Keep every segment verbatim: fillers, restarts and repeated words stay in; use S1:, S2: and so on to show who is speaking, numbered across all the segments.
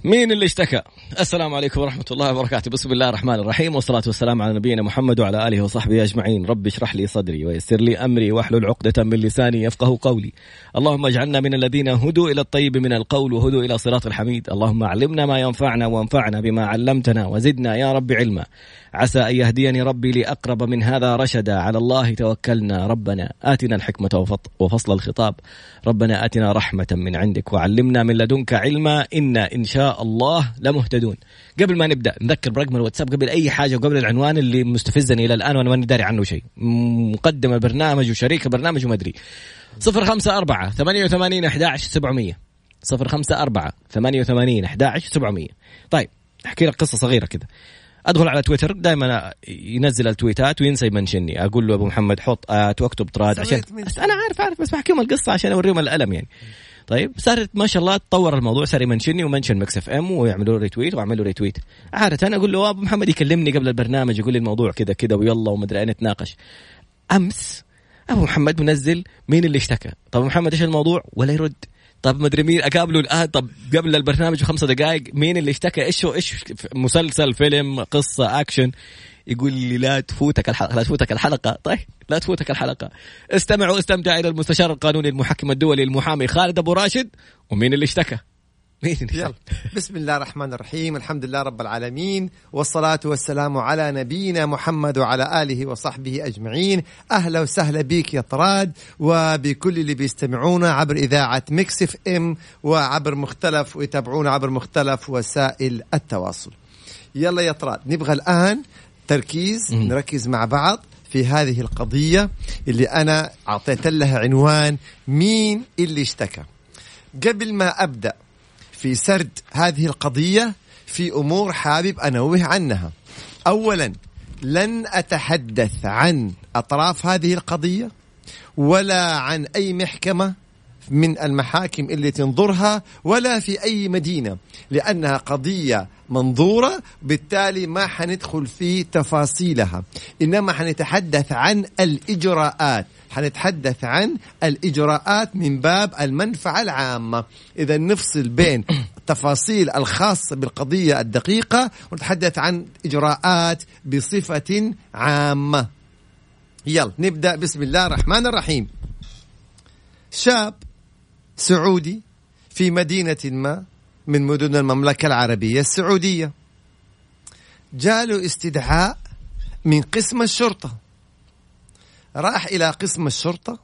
S1: مين اللي اشتكى؟ السلام عليكم ورحمة الله وبركاته. بسم الله الرحمن الرحيم، والصلاة والسلام على نبينا محمد وعلى آله وصحبه أجمعين. رب اشرح لي صدري ويسر لي أمري واحلل عقدة من لساني يفقه قولي. اللهم اجعلنا من الذين هدوا إلى الطيب من القول وهدوا إلى صراط الحميد. اللهم علمنا ما ينفعنا وانفعنا بما علمتنا وزدنا يا رب علما. عسى أن يهديني ربي لأقرب من هذا رشدا. على الله توكلنا. ربنا آتنا الحكمة وفصل الخطاب. ربنا آتنا رحمة من عندك وعلمنا من لدنك علما إنا إن شاء الله لمهتدون. قبل ما نبدأ نذكر برقم الواتساب قبل أي حاجة وقبل العنوان اللي مستفزني إلى الآن وأنا ما نداري عنه شيء، مقدم البرنامج وشريك البرنامج وما أدري. صفر خمسة أربعة ثمانية وثمانين أحد عشر سبعمية صفر خمسة أربعة ثمانية وثمانين أحد عشر سبعمية. طيب أحكي لك قصة صغيرة كذا. أدخل على تويتر، دائما ينزل التويتات وينسى يمنشني. أقول له أبو محمد حط آت واكتب تراد عشان أنا عارف عارف بس بحكيهم القصة عشان أوريهم الألم يعني. طيب صارت ما شاء الله تطور الموضوع، صار يمنشني ومنشن مكس اف ام ويعملوا ريتويت ويعملوا ريتويت. عادة أنا أقول له أبو محمد يكلمني قبل البرنامج يقول لي الموضوع كذا كذا ويلا ومدري أين نتناقش. أمس أبو محمد منزل مين اللي اشتكى. طب محمد إيش الموضوع ولا يرد. طب مدري مين أقابله الآن. طب قبل البرنامج بخمسة دقائق مين اللي اشتكى، إيش هو إيش مسلسل فيلم قصة أكشن. يقول لي لا تفوتك الحلقة لا تفوتك الحلقة. طيب لا تفوتك الحلقة. استمع واستمتع إلى المستشار القانوني المحكم الدولي المحامي خالد أبو راشد. ومين اللي اشتكى؟ مين اللي اشتكى؟
S2: بسم الله الرحمن الرحيم، الحمد لله رب العالمين، والصلاة والسلام على نبينا محمد وعلى آله وصحبه أجمعين. أهلا وسهلا بك يا طراد وبكل اللي بيستمعونا عبر إذاعة ميكس اف ام وعبر مختلف ويتابعونا عبر مختلف وسائل التواصل. يلا يا طراد نبغى الآن تركيز، نركز مع بعض في هذه القضية اللي أنا أعطيت لها عنوان مين اللي اشتكى. قبل ما أبدأ في سرد هذه القضية في أمور حابب أنوه عنها. أولا لن أتحدث عن أطراف هذه القضية ولا عن أي محكمة من المحاكم اللي تنظرها ولا في أي مدينة، لأنها قضية منظورة بالتالي ما حندخل في تفاصيلها، إنما حنتحدث عن الإجراءات حنتحدث عن الإجراءات من باب المنفعة العامة. إذا نفصل بين التفاصيل الخاصة بالقضية الدقيقة ونتحدث عن إجراءات بصفة عامة. يلا نبدأ. بسم الله الرحمن الرحيم. شاب سعودي في مدينة ما من مدن المملكة العربية السعودية جاله استدعاء من قسم الشرطة. راح إلى قسم الشرطة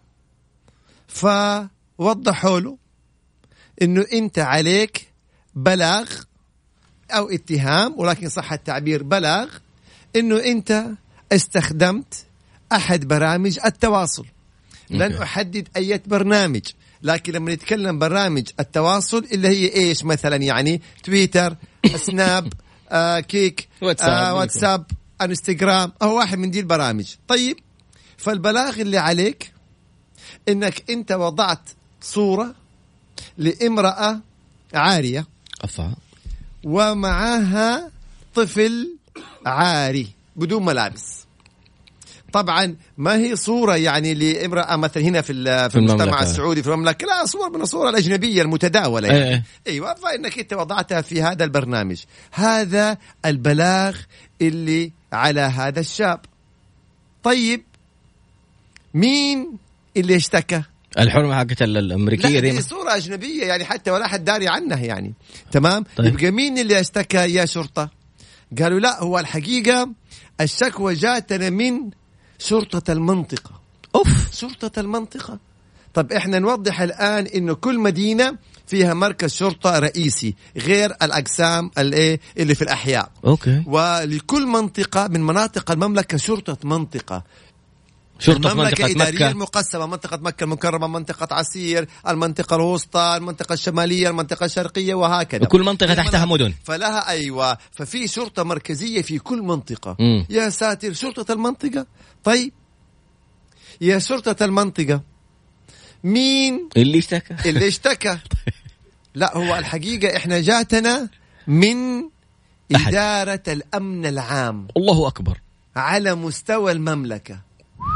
S2: فوضحوا له إنه أنت عليك بلاغ أو اتهام، ولكن صح التعبير بلاغ، إنه أنت استخدمت أحد برامج التواصل. لن أحدد أي برنامج، لكن لما نتكلم برامج التواصل اللي هي إيش مثلا يعني تويتر، سناب، آه، كيك، واتساب, آه، واتساب انستغرام، أو واحد من دي البرامج. طيب فالبلاغ اللي عليك إنك أنت وضعت صورة لامرأة عارية
S1: أفا
S2: ومعها طفل عاري بدون ملابس. طبعا ما هي صورة يعني لامرأة مثلا هنا في في المجتمع السعودي في المملكة، لا، صور من الصورة الأجنبية المتداولة يعني. أيه. أيوة، فإنك أنت وضعتها في هذا البرنامج. هذا البلاغ اللي على هذا الشاب. طيب مين اللي اشتكى؟
S1: الحرمة حقت الأمريكية
S2: دي صورة أجنبية يعني حتى ولا حد داري عنها يعني. تمام. طيب. يبقى مين اللي اشتكى يا شرطة؟ قالوا لا، هو الحقيقة الشكوى جاتنا من شرطة المنطقة. أوف، شرطة المنطقة. طب إحنا نوضح الآن إنه كل مدينة فيها مركز شرطة رئيسي غير الأقسام اللي اللي في الأحياء.
S1: أوكي.
S2: ولكل منطقة من مناطق المملكة شرطة منطقة.
S1: شرطة منطقة
S2: مكة المقسمة، منطقة مكة المكرمة، منطقة عسير، المنطقة الوسطى، المنطقة الشمالية، المنطقة الشرقية، وهكذا.
S1: وكل منطقة تحتها مدن
S2: فلها أيوة، ففي شرطة مركزية في كل منطقة.
S1: م.
S2: يا ساتر، شرطة المنطقة. طيب يا شرطة المنطقة مين
S1: اللي اشتكى؟
S2: اللي اشتكى لا، هو الحقيقة إحنا جاتنا من
S1: أحد.
S2: إدارة الأمن العام.
S1: الله أكبر.
S2: على مستوى المملكة.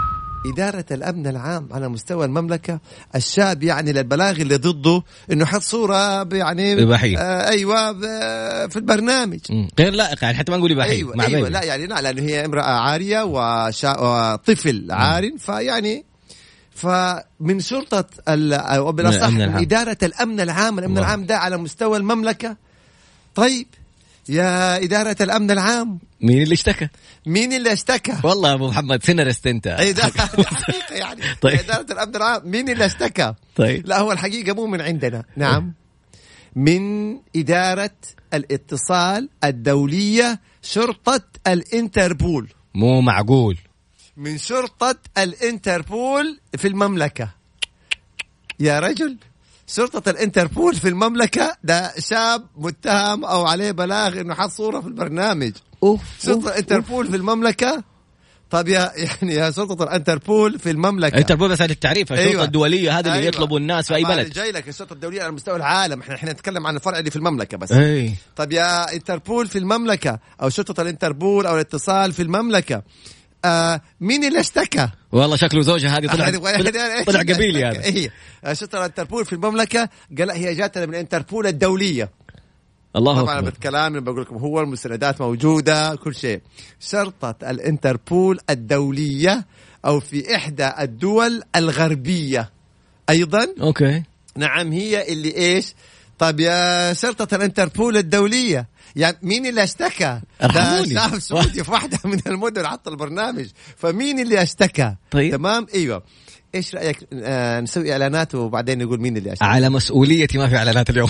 S2: إدارة الأمن العام على مستوى المملكة. الشاب يعني للبلاغ اللي ضده إنه حط صورة يعني آه أيوة في البرنامج
S1: غير لائق، يعني حتى ما نقول إباحية.
S2: أيوة, أيوة لا يعني لا، لأنه هي امرأة عارية وشا... وطفل عار، فيعني فمن شرطة أو بالأصح من إدارة الأمن العام. الأمن الله. العام ده على مستوى المملكة. طيب يا إدارة الأمن العام،
S1: مين اللي اشتكى؟
S2: مين اللي اشتكى؟
S1: والله أبو محمد سيناريست أنت.
S2: أي ده حقيقة يعني. طيب. إدارة الأمن العام مين اللي اشتكى؟
S1: طيب.
S2: لا هو الحقيقة مو من عندنا. نعم من إدارة الاتصال الدولية، شرطة الانتربول.
S1: مو معقول.
S2: من شرطة الانتربول في المملكة يا رجل. شرطة الانتربول في المملكة ده شاب متهم أو عليه بلاغ إنه حط صورة في البرنامج.
S1: أوف
S2: شرطة الانتربول في المملكة. طب يا يعني يا شرطة الانتربول في المملكة.
S1: انتربول بس التعريف الشرطة
S2: أيوة.
S1: الدولية هذه اللي
S2: أيوة.
S1: يطلبوا الناس في أي بلد.
S2: جاي لك الشرطة الدولية على مستوى العالم، احنا احنا نتكلم عن الفرع اللي في المملكة بس.
S1: أي.
S2: طب يا انتربول في المملكة أو شرطة الانتربول أو الاتصال في المملكة، آه مين اللي اشتكى؟
S1: والله شكله زوجها هذه طلع طلع قبيلي هذا.
S2: هي شرطة الانتربول في المملكة قال هي جاتنا من الانتربول الدولية.
S1: الله
S2: طبعا بالكلام بقول لكم هو المستندات موجودة كل شيء. شرطة الانتربول الدولية أو في إحدى الدول الغربية أيضا.
S1: أوكي.
S2: نعم هي اللي إيش. طب يا شرطة الانتربول الدولية يعني مين اللي اشتكى؟
S1: ارحموني.
S2: ده شاب سعودي في واحدة من المدن حط البرنامج، فمين اللي اشتكى؟
S1: طيب.
S2: تمام. ايوه ايش رأيك آه نسوي اعلانات وبعدين نقول مين اللي اشتكى؟
S1: على مسؤوليتي ما في اعلانات اليوم.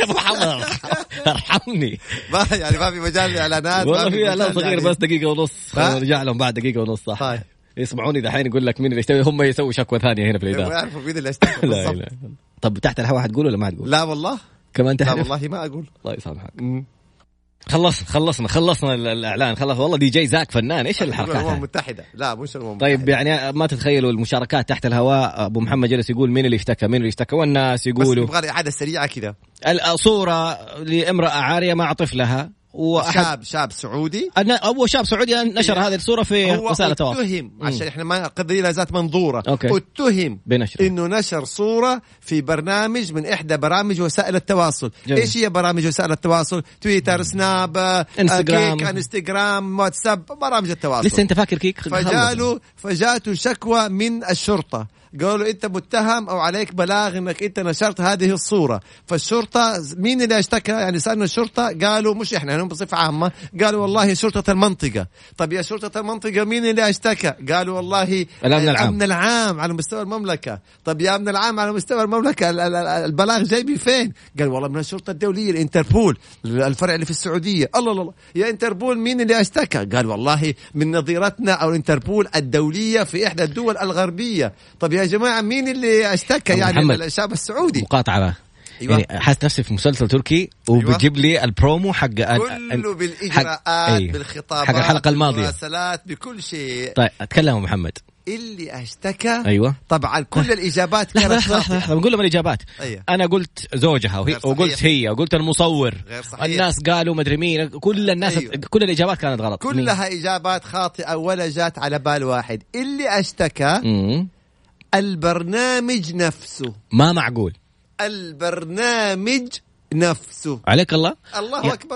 S1: ارحمني.
S2: ما يعني ما في مجال الاعلانات.
S1: والله في اعلان صغير يعني. بس دقيقة ونص نرجع لهم بعد دقيقة ونص صح.
S2: طيب.
S1: يسمعوني دحين يقول لك مين اللي اشتكى، هم يسوي شكوى ثانية هنا في الإدارة.
S2: يعرفوا مين اللي اشتكى.
S1: لا لا. طب تحت الهواء حتقول ولا ما حتقول؟
S2: لا والله
S1: كمان تحت.
S2: لا والله ما اقول.
S1: الله يسامحك. خلص خلصنا خلصنا الإعلان خلص. والله دي جي زاك فنان. إيش الحركات؟
S2: الأمم المتحدة. لا مش الأمم
S1: طيب
S2: المتحدة.
S1: يعني ما تتخيلوا المشاركات تحت الهواء. أبو محمد جلس يقول مين اللي اشتكى مين اللي اشتكى والناس يقولوا.
S2: بس نبغى إعادة سريعة كذا.
S1: الصورة لامرأة عارية مع طفلها
S2: شاب شاب سعودي.
S1: أنا أول شاب سعودي نشر هذه الصورة في وسائل التواصل.
S2: اتهم عشان إحنا ما قضية ذات منظورة.
S1: أوكي.
S2: اتهم
S1: بنشر
S2: إنه نشر صورة في برنامج من إحدى برامج وسائل التواصل. جميل. إيش هي برامج وسائل التواصل؟ تويتر، سناب،
S1: انستغرام.
S2: كيك، انستغرام، واتساب، برامج التواصل.
S1: لسه أنت فاكر كيك؟
S2: فجالوا فجاته شكوى من الشرطة، قالوا أنت متهم أو عليك بلاغ إنك أنت نشرت هذه الصورة. فالشرطة مين اللي اشتكى؟ يعني سألنا الشرطة قالوا مش إحنا هم بصفة عامة، قالوا والله شرطة المنطقة. طب يا شرطة المنطقة مين اللي اشتكى؟ قالوا والله
S1: الأمن العام.
S2: الأمن العام على مستوى المملكة. طب يا أمن العام على مستوى المملكة البلاغ جاي من فين؟ قال والله من الشرطة الدولية الانتربول الفرع اللي في السعودية. الله الله يا انتربول مين اللي اشتكى؟ قال والله من نظيرتنا أو الانتربول الدولية في إحدى الدول الغربية. طب يا جماعة مين اللي اشتكى؟ يعني الشعب السعودي.
S1: مقاطعة.
S2: أيوة.
S1: يعني حاسس نفسي في مسلسل تركي وبتجيب لي البرومو حق
S2: كله بالإجراءات
S1: أيه.
S2: بالخطابات
S1: حق الحلقة الماضية
S2: بالمراسلات بكل شيء.
S1: طيب أتكلم محمد
S2: اللي اشتكى.
S1: أيوة.
S2: طبعا كل الإجابات كانت
S1: لحظة لحظة لحظة بنقول لهم الإجابات.
S2: أيه.
S1: أنا قلت زوجها وهي وقلت هي وقلت المصور. الناس قالوا مدري مين. كل الناس أيوة. كل الإجابات كانت غلط.
S2: كلها مين؟ إجابات خاطئة ولا جات على بال واحد. اللي اشتكى
S1: مم.
S2: البرنامج نفسه.
S1: ما معقول.
S2: البرنامج نفسه.
S1: عليك الله.
S2: الله أكبر.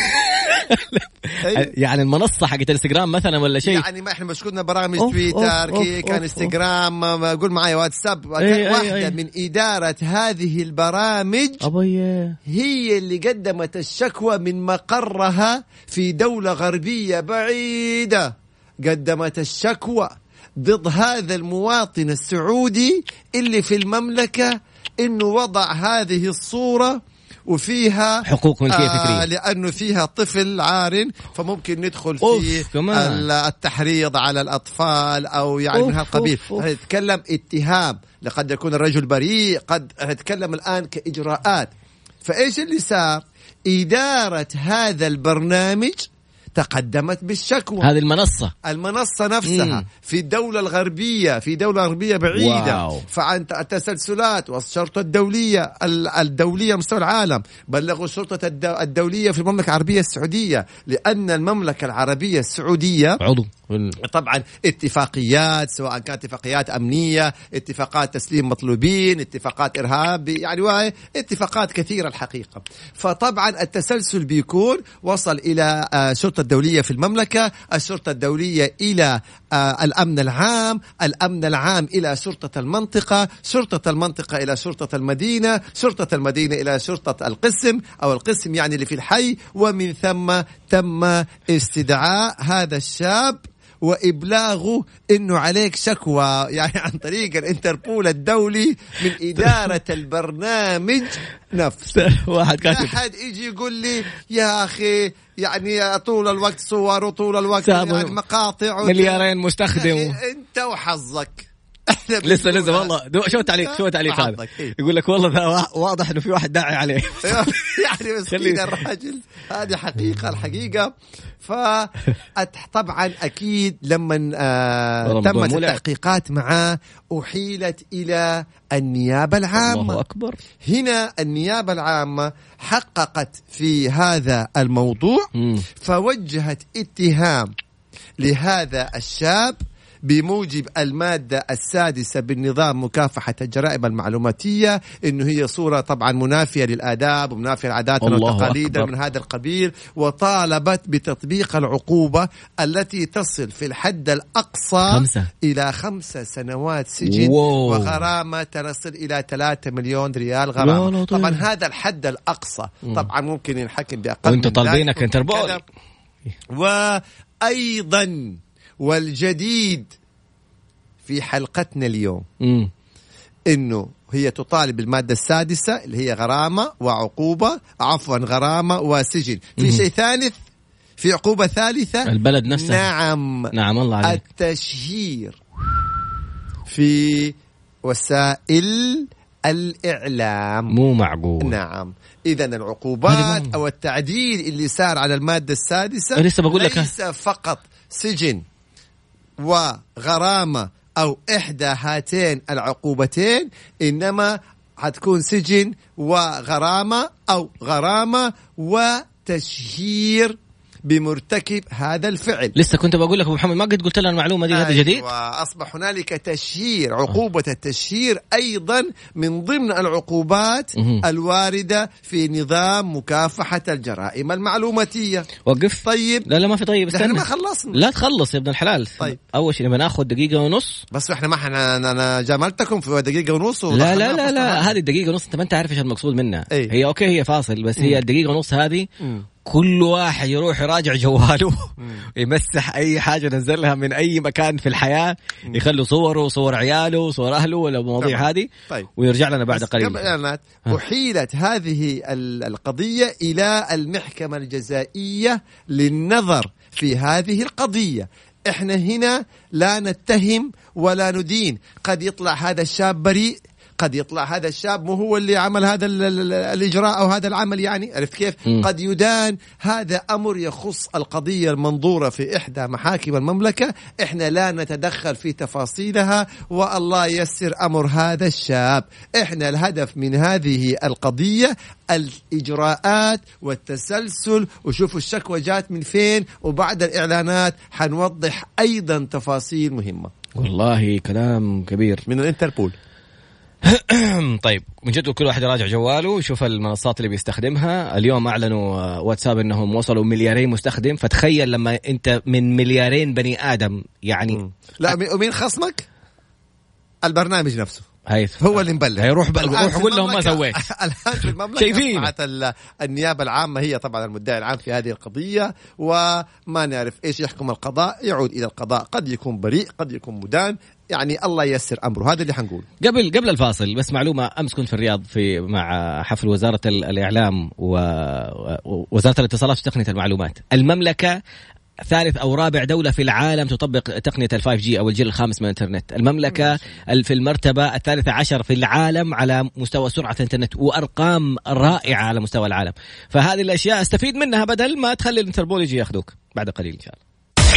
S1: يعني المنصة حقت الانستغرام مثلا ولا شيء.
S2: يعني ما احنا مش كنا برامج تويتر كيك انستغرام قول معي واتساب. واحدة من إدارة هذه البرامج
S1: أبويا
S2: هي اللي قدمت الشكوى من مقرها في دولة غربية بعيدة. قدمت الشكوى ضد هذا المواطن السعودي اللي في المملكة إنه وضع هذه الصورة وفيها
S1: حقوق ملكية
S2: آه
S1: فكرية
S2: لأنه فيها طفل عار، فممكن ندخل في التحريض على الأطفال أو يعني من هالقبيل. نتكلم اتهام، لقد يكون الرجل بريء، قد نتكلم الآن كإجراءات. فإيش اللي صار؟ إدارة هذا البرنامج تقدمت بالشكوى.
S1: هذه المنصة
S2: المنصة نفسها مم. في الدولة الغربية، في دولة غربية بعيدة. واو. فعن التسلسلات والشرطة الدولية الدولية مستوى العالم بلغوا الشرطة الدولية في المملكة العربية السعودية، لأن المملكة العربية السعودية
S1: عضو
S2: طبعا اتفاقيات، سواء كانت اتفاقيات أمنية، اتفاقات تسليم مطلوبين، اتفاقات إرهاب، يعني وهي اتفاقات كثيرة الحقيقة. فطبعا التسلسل بيكون وصل إلى الشرطة الدولية في المملكة، الشرطة الدولية إلى الأمن العام، الأمن العام إلى شرطة المنطقة، شرطة المنطقة إلى شرطة المدينة، شرطة المدينة إلى شرطة القسم أو القسم يعني اللي في الحي، ومن ثم تم استدعاء هذا الشاب وإبلاغه إنه عليك شكوى، يعني عن طريق الانتربول الدولي من إدارة البرنامج نفسه.
S1: واحد كاتب
S2: أحد يجي يقول لي يا أخي يعني طول الوقت صور وطول الوقت يعني مقاطع
S1: مليارين مستخدم،
S2: أنت وحظك.
S1: لسه لسه والله شو تعليق شو تعليق هذا يقول لك والله ذا واضح إنه في واحد داعي عليه
S2: يعني مسكين الراجل. هذه حقيقة الحقيقة. فطبعا أكيد لما آه تمت التحقيقات معاه أحيلت إلى النيابة العامة.
S1: الله أكبر.
S2: هنا النيابة العامة حققت في هذا الموضوع م. فوجهت اتهام لهذا الشاب بموجب المادة السادسة بالنظام مكافحة الجرائم المعلوماتية، إنه هي صورة طبعا منافية للآداب ومنافية للعادات والتقاليد من هذا القبيل، وطالبت بتطبيق العقوبة التي تصل في الحد الأقصى
S1: خمسة.
S2: إلى خمسة سنوات سجن
S1: واو.
S2: وغرامة تصل إلى ثلاثة مليون ريال غرامة. طبعا هذا الحد الأقصى، طبعا ممكن ينحكم بأقل
S1: وانتم طالبينك انتربول.
S2: وأيضا والجديد في حلقتنا اليوم م. إنه هي تطالب بالمادة السادسة اللي هي غرامة وعقوبة، عفوا غرامة وسجن. في م. شيء ثالث، في عقوبة ثالثة
S1: البلد نفسه.
S2: نعم
S1: نعم الله عليك.
S2: التشهير في وسائل الإعلام.
S1: مو معقول.
S2: نعم. إذن العقوبات أو التعديل اللي صار على المادة السادسة
S1: لسه بقول لك
S2: ليس فقط سجن وغرامة أو إحدى هاتين العقوبتين، إنما هتكون سجن وغرامة أو غرامة وتشهير بمرتكب هذا الفعل.
S1: لسه كنت بقول لك أبو محمد، ما قد قلت لنا المعلومة دي. هذا جديد.
S2: وأصبح هنالك تشهير، عقوبة التشهير أيضا من ضمن العقوبات الواردة في نظام مكافحة الجرائم المعلوماتية.
S1: وقف.
S2: طيب.
S1: لا لا ما في. طيب
S2: استنى ما خلصنا.
S1: لا تخلص يا ابن الحلال.
S2: طيب.
S1: أول شيء لما ناخذ دقيقة ونص
S2: بس إحنا ما إحنا أنا جاملتكم في دقيقة ونص.
S1: لا لا لا لا هذه الدقيقة ونص أنت ما أنت عارف إيش المقصود منها.
S2: أي.
S1: هي أوكي هي فاصل، بس م. هي الدقيقة ونص هذه م. كل واحد يروح يراجع جواله يمسح أي حاجة نزلها من أي مكان في الحياة، يخلوا صوره وصور عياله وصور أهله ولا مواضيع هذه.
S2: طيب.
S1: ويرجع لنا بعد قليل.
S2: أحيلت هذه القضية إلى المحكمة الجزائية للنظر في هذه القضية. إحنا هنا لا نتهم ولا ندين، قد يطلع هذا الشاب بريء، قد يطلع هذا الشاب مو هو اللي عمل هذا الإجراء أو هذا العمل، يعني عرفت كيف؟ م. قد يدان. هذا أمر يخص القضية المنظورة في إحدى محاكم المملكة، إحنا لا نتدخل في تفاصيلها، والله يسر أمر هذا الشاب. إحنا الهدف من هذه القضية الإجراءات والتسلسل، وشوفوا الشكوى جات من فين، وبعد الإعلانات حنوضح أيضا تفاصيل مهمة.
S1: والله كلام كبير
S2: من الانتربول.
S1: طيب من جد كل واحد يراجع جواله ويشوف المنصات اللي بيستخدمها. اليوم أعلنوا واتساب أنهم وصلوا مليارين مستخدم، فتخيل لما أنت من مليارين بني آدم يعني م.
S2: لا ومين خصمك؟ البرنامج نفسه
S1: هيث.
S2: هو اللي مبلغ.
S1: هيروح روح قول لهم ما سويت.
S2: الآن في المملكة
S1: شايفين
S2: النيابة العامة هي طبعا المدعي العام في هذه القضية، وما نعرف إيش يحكم القضاء، يعود إلى القضاء، قد يكون بريء قد يكون مدان، يعني الله ييسر أمره. هذا اللي حنقول.
S1: قبل قبل الفاصل بس معلومة، أمس كنت في الرياض في مع حفل وزارة الإعلام ووزارة الاتصالات وتقنية المعلومات. المملكة ثالث أو رابع دولة في العالم تطبق تقنية الفايف جي أو الجيل الخامس من الإنترنت. المملكة في المرتبة الثالثة عشر في العالم على مستوى سرعة الإنترنت، وأرقام رائعة على مستوى العالم. فهذه الأشياء استفيد منها بدل ما تخلي الانتربول يجي ياخذوك. بعد قليل إن شاء الله.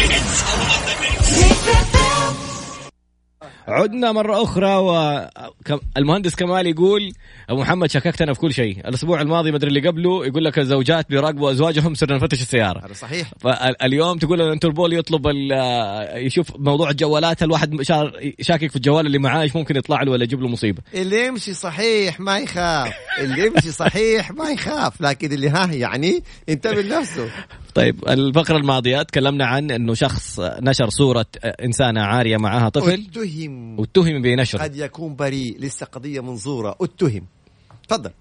S1: عدنا مرة أخرى، والمهندس كمال يقول أبو محمد شككتنا في كل شيء. الأسبوع الماضي مدري اللي قبله يقول لك الزوجات بيراقبوا أزواجهم صرنا نفتش السيارة.
S2: هذا صحيح.
S1: فاليوم تقول الانتربول يطلب يشوف موضوع الجوالات، الواحد شاكك في الجوال اللي معاه إيش ممكن يطلع له ولا يجيب له مصيبة.
S2: اللي يمشي صحيح ما يخاف، اللي يمشي صحيح ما يخاف، لكن اللي ها يعني انتبه لنفسه.
S1: طيب الفقرة الماضية تكلمنا عن أنه شخص نشر صورة إنسانة عارية معها طفل،
S2: اتهم
S1: واتهم بنشر،
S2: قد يكون بريء، لسه قضية منظورة، اتهم. تفضل.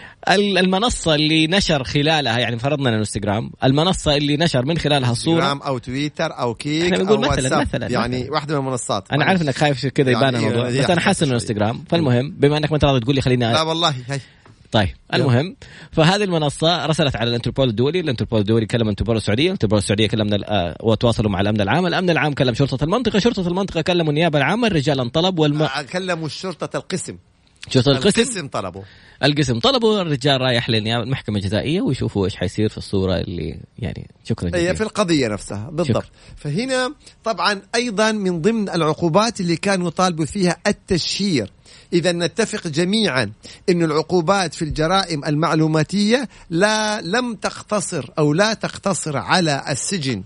S1: المنصة اللي نشر خلالها، يعني فرضنا الانستغرام، المنصة اللي نشر من خلالها الصورة،
S2: انستغرام أو تويتر أو كيك
S1: أو
S2: مثلا
S1: مثلا, مثلا
S2: يعني
S1: مثلاً.
S2: واحدة من المنصات.
S1: أنا عارف أنك خايف كذا يبان
S2: يعني
S1: الموضوع، بس أنا حاسس إنه انستغرام. فالمهم بما أنك ما تراضي تقول لي خلينا.
S2: لا والله هاي.
S1: طيب المهم، فهذه المنصة رسلت على الانتربول الدولي، الانتربول الدولي كلم الانتربول السعودية، الانتربول السعودية كلمنا آه وتواصلوا مع الأمن العام، الأمن العام كلم شرطة المنطقة، شرطة المنطقة كلموا النيابة العامة، الرجال انطلب والم...
S2: كلموا شرطة القسم،
S1: شرطة القسم
S2: القسم طلبوا
S1: القسم طلبوا الرجال رايح للنيابة المحكمة الجزائية ويشوفوا إيش حيصير في الصورة اللي يعني. شكرا جزيلا.
S2: هي في القضية نفسها بالضبط. شكرا. فهنا طبعا أيضا من ضمن العقوبات اللي كانوا يطالبوا فيها التشهير. إذا نتفق جميعا إن العقوبات في الجرائم المعلوماتية لا لم تقتصر أو لا تقتصر على السجن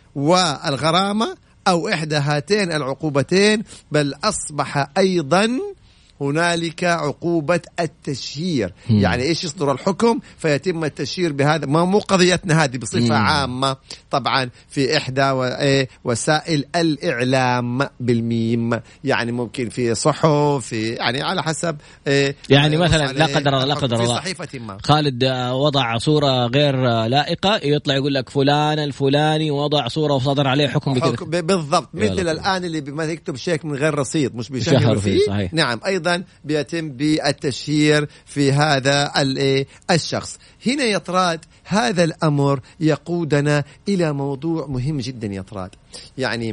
S2: والغرامة أو إحدى هاتين العقوبتين، بل أصبح أيضا هنالك عقوبة التشهير. مم. يعني إيش يصدر الحكم فيتم التشهير بهذا. ما مو قضيتنا هذه بصفة مم. عامة طبعا في إحدى وسائل الإعلام بالميم، يعني ممكن في صحف، في يعني على حسب
S1: يعني مثلا لا قدر الله لا قدر الله
S2: صحيفة ما
S1: خالد وضع صورة غير لائقة، يطلع يقول لك فلان الفلاني وضع صورة وصدر عليه حكم بكذا.
S2: بالضبط. مثل الآن اللي بما يكتب شيك من غير رصيد مش بيشهر فيه.
S1: صحيح.
S2: نعم أيضا بيتم بالتشهير في هذا الشخص. هنا يا طراد هذا الأمر يقودنا إلى موضوع مهم جدا يا طراد. يعني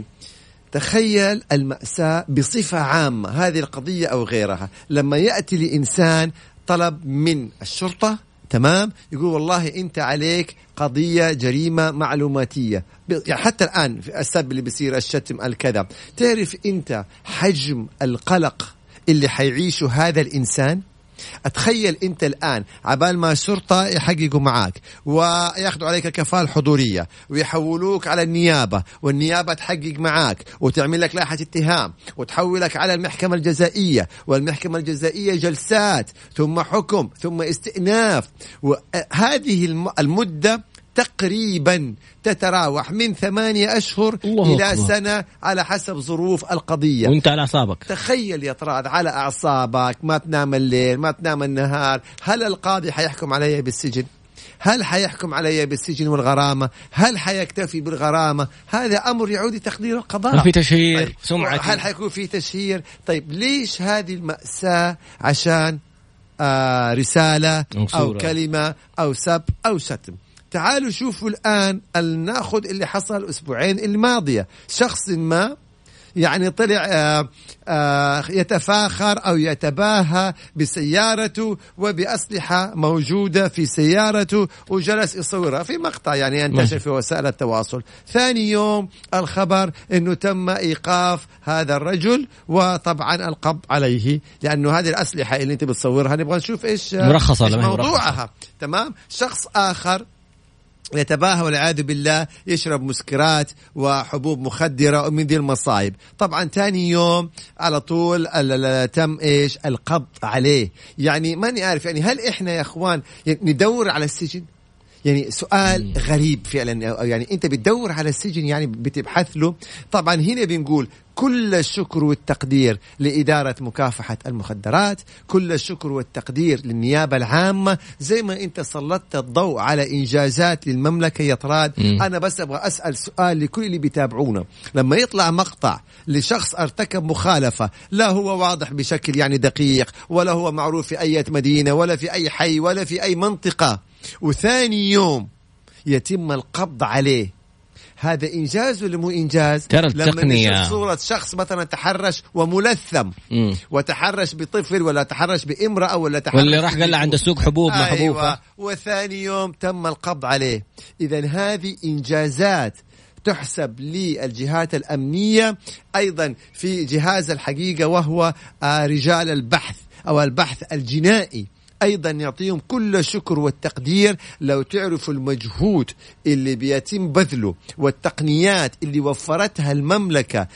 S2: تخيل المأساة بصفة عامة، هذه القضية أو غيرها، لما يأتي لإنسان طلب من الشرطة، تمام، يقول والله أنت عليك قضية جريمة معلوماتية، يعني حتى الآن في السب اللي بيصير، الشتم، الكذا، تعرف أنت حجم القلق اللي حيعيشه هذا الإنسان؟ أتخيل أنت الآن عبال ما الشرطة يحققوا معاك ويأخذوا عليك كفالة حضورية ويحولوك على النيابة، والنيابة تحقق معاك وتعمل لك لائحة اتهام وتحولك على المحكمة الجزائية، والمحكمة الجزائية جلسات ثم حكم ثم استئناف، وهذه المدة تقريبا تتراوح من ثمانية أشهر إلى أكبر. سنة على حسب ظروف القضية،
S1: وانت على أعصابك.
S2: تخيل يا طراد على أعصابك، ما تنام الليل ما تنام النهار. هل القاضي حيحكم علي بالسجن؟ هل حيحكم علي بالسجن والغرامة؟ هل حيكتفي بالغرامة؟ هذا أمر يعود لتقدير القضاء.
S1: في تشهير.
S2: طيب.
S1: سمعتي.
S2: هل حيكون في تشهير؟ طيب ليش هذه المأساة؟ عشان آه رسالة أو كلمة أو سب أو شتم. تعالوا شوفوا الآن ناخذ اللي حصل الأسبوعين الماضية. شخص ما يعني طلع آآ آآ يتفاخر أو يتباهى بسيارته وبأسلحة موجودة في سيارته وجلس يصورها في مقطع يعني ينتشر في وسائل التواصل. ثاني يوم الخبر أنه تم إيقاف هذا الرجل وطبعا القبض عليه، لأنه هذه الأسلحة اللي أنت بتصورها نبغى نشوف إيش
S1: مرخصة
S2: موضوعها.
S1: مرخصة.
S2: تمام. شخص آخر يتباهى والعياذ بالله يشرب مسكرات وحبوب مخدرة ومن ذي المصايب. طبعا تاني يوم على طول تم إيش القبض عليه. يعني ماني عارف يعني هل إحنا يا أخوان ندور على السجن؟ يعني سؤال غريب فعلا. يعني أنت بتدور على السجن يعني بتبحث له. طبعا هنا بنقول كل الشكر والتقدير لإدارة مكافحة المخدرات، كل الشكر والتقدير للنيابة العامة، زي ما أنت سلطت الضوء على إنجازات للمملكة يا طراد. م. أنا بس أبغى أسأل سؤال لكل اللي بيتابعونا، لما يطلع مقطع لشخص ارتكب مخالفة لا هو واضح بشكل يعني دقيق ولا هو معروف في أي مدينة ولا في أي حي ولا في أي منطقة، وثاني يوم يتم القبض عليه، هذا إنجاز ولا مو إنجاز؟
S1: ترى
S2: لما
S1: التقنية
S2: نشوف صورة شخص مثلا تحرش وملثم م. وتحرش بطفل ولا تحرش بامرأة ولا تحرش
S1: واللي راح قال له عند السوق حبوب
S2: أيوة.
S1: محبوبة
S2: وثاني يوم تم القبض عليه. إذن هذه إنجازات تحسب للجهات الأمنية، أيضا في جهاز الحقيقة وهو رجال البحث أو البحث الجنائي، أيضا يعطيهم كل الشكر والتقدير. لو تعرفوا المجهود اللي بيتم بذله والتقنيات اللي وفرتها المملكة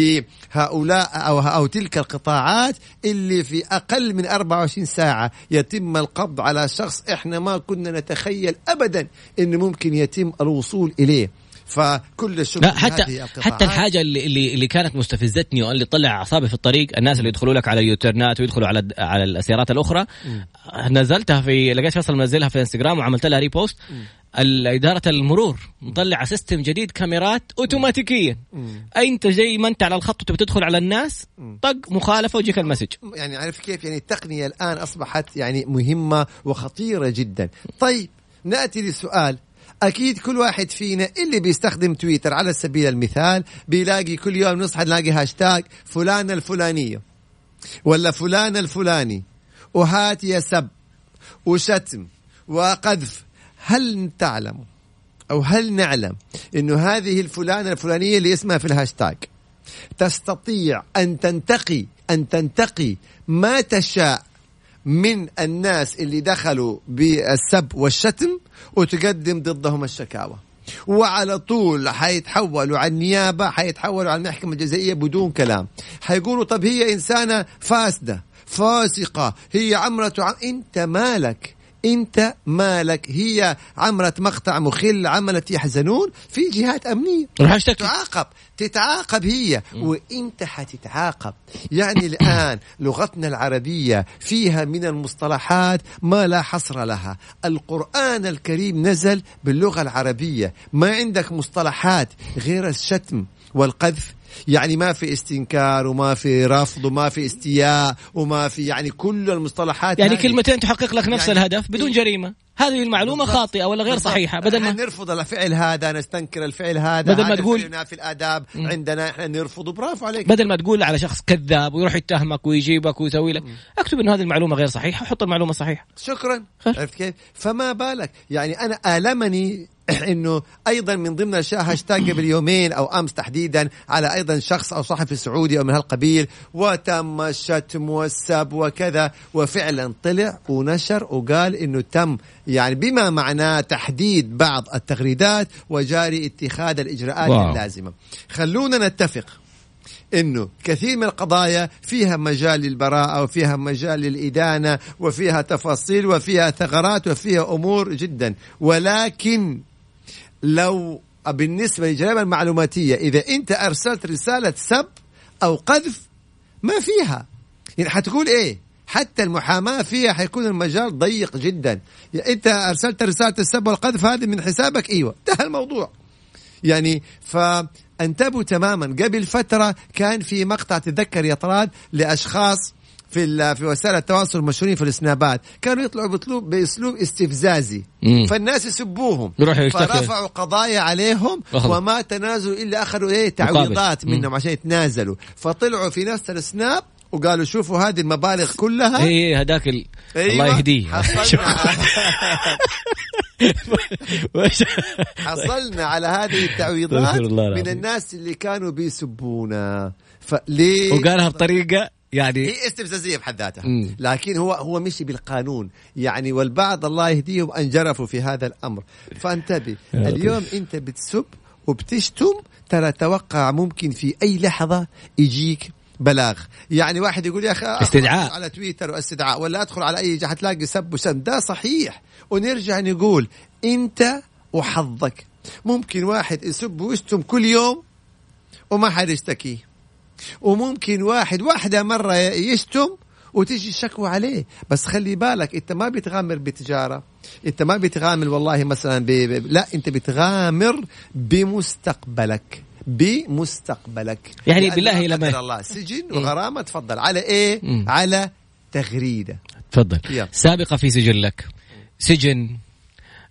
S2: لهؤلاء أو, أو تلك القطاعات اللي في أقل من أربعة وعشرين ساعة يتم القبض على شخص إحنا ما كنا نتخيل أبدا إنه ممكن يتم الوصول إليه. فكل الشكر.
S1: حتى حتى الحاجه اللي اللي اللي كانت مستفزتني واللي طلع اعصابي في الطريق، الناس اللي يدخلوا لك على اليوتيرنات ويدخلوا على على السيارات الاخرى، م. نزلتها في لقيت فيصل منزلها في انستغرام وعملت لها ريبوست. الإدارة المرور مطلع سيستم جديد كاميرات اوتوماتيكيا، انت زي ما انت على الخط وتبي تدخل على الناس طق مخالفه ويجيك المسج. يعني
S2: عارف كيف يعني التقنيه الان اصبحت يعني مهمه وخطيره جدا. طيب ناتي للسؤال، أكيد كل واحد فينا اللي بيستخدم تويتر على سبيل المثال بيلاقي كل يوم نصحى نلاقي هاشتاج فلان الفلانية ولا فلان الفلاني وهات يا سب وشتم وقذف. هل تعلم أو هل نعلم إنه هذه الفلانة الفلانية اللي اسمها في الهاشتاج تستطيع أن تنتقي أن تنتقي ما تشاء من الناس اللي دخلوا بالسب والشتم وتقدم ضدهم الشكاوى، وعلى طول حيتحولوا على النيابة، حيتحولوا على المحكمة الجزائية بدون كلام. حيقولوا طب هي إنسانة فاسدة فاسقة، هي عمرت عم... انت مالك انت مالك هي عملت مقطع مخل، عملت يحزنون، في جهات أمنية تتعاقب تتعاقب هي م. وانت حتتعاقب. يعني الآن لغتنا العربية فيها من المصطلحات ما لا حصر لها. القرآن الكريم نزل باللغة العربية، ما عندك مصطلحات غير الشتم والقذف. يعني ما في استنكار وما في رفض وما في استياء وما في يعني كل المصطلحات،
S1: يعني كلمتين تحقق لك نفس يعني الهدف بدون جريمة. هذه المعلومة بالضبط. خاطئة ولا غير بالضبط. صحيحة. بدل ما
S2: نرفض الفعل هذا نستنكر الفعل هذا،
S1: بدل ما تقول
S2: في الآداب م. عندنا احنا نرفض. برافو عليك.
S1: بدل ما تقول على شخص كذاب ويروح يتهمك ويجيبك ويسوي لك، اكتب إنه هذه المعلومة غير صحيحة وحط المعلومة صحيحة.
S2: شكرا. عرفت كيف؟ فما بالك يعني أنا آلمني إنه أيضا من ضمن الأشياء هاشتاج قبل يومين أو أمس تحديدا على أيضا شخص أو صحفي سعودي أو من هالقبيل، وتم الشتم والسب وكذا، وفعلا طلع ونشر وقال إنه تم يعني بما معناه تحديد بعض التغريدات وجاري اتخاذ الإجراءات واو. اللازمة. خلونا نتفق إنه كثير من القضايا فيها مجال للبراءة وفيها مجال للإدانة وفيها تفاصيل وفيها ثغرات وفيها أمور جدا، ولكن لو بالنسبة للجرائم المعلوماتية إذا أنت أرسلت رسالة سب أو قذف ما فيها، يعني حتقول إيه؟ حتى المحاماة فيها حيكون المجال ضيق جدا. يعني أنت أرسلت رسالة السب والقذف هذه من حسابك، إيوه ده الموضوع. يعني فانتبهوا تماما. قبل فترة كان في مقطع تذكر يا طراد لأشخاص في في وسائل التواصل المشهورين في السنابات، كانوا يطلعوا بأسلوب بأسلوب استفزازي مم. فالناس يسبوهم فرفعوا قضايا عليهم أخذ. وما تنازلوا إلا أخذوا إيه تعويضات منهم عشان يتنازلوا، فطلعوا في نفس السناب وقالوا شوفوا هذه المبالغ كلها
S1: ايه هداك ال... أيوة. الله يهديه.
S2: حصلنا على هذه التعويضات من الناس اللي كانوا بيسبونا. فليه
S1: وقالها بطريقة يعني
S2: هي استفزازية بحد ذاتها، لكن هو هو مشي بالقانون يعني، والبعض الله يهديهم انجرفوا في هذا الأمر. فانتبه اليوم انت بتسب وبتشتم، ترى توقع ممكن في أي لحظة يجيك بلاغ. يعني واحد يقول يا أخي
S1: استدعاء
S2: على تويتر واستدعاء ولا أدخل على أي جهة تلاقي سب وسم، ده صحيح. ونرجع نقول أنت وحظك، ممكن واحد يسب ويشتم كل يوم وما حد يشتكيه، وممكن واحد واحدة مرة يشتم وتيجي الشكوى عليه. بس خلي بالك انت ما بتغامر بتجارة، انت ما بتغامر والله مثلا ب... ب... لا انت بتغامر بمستقبلك بمستقبلك
S1: يعني بالله لما
S2: الله سجن وغرامة. تفضل على ايه م. على تغريدة.
S1: تفضل سابقة في سجل لك سجن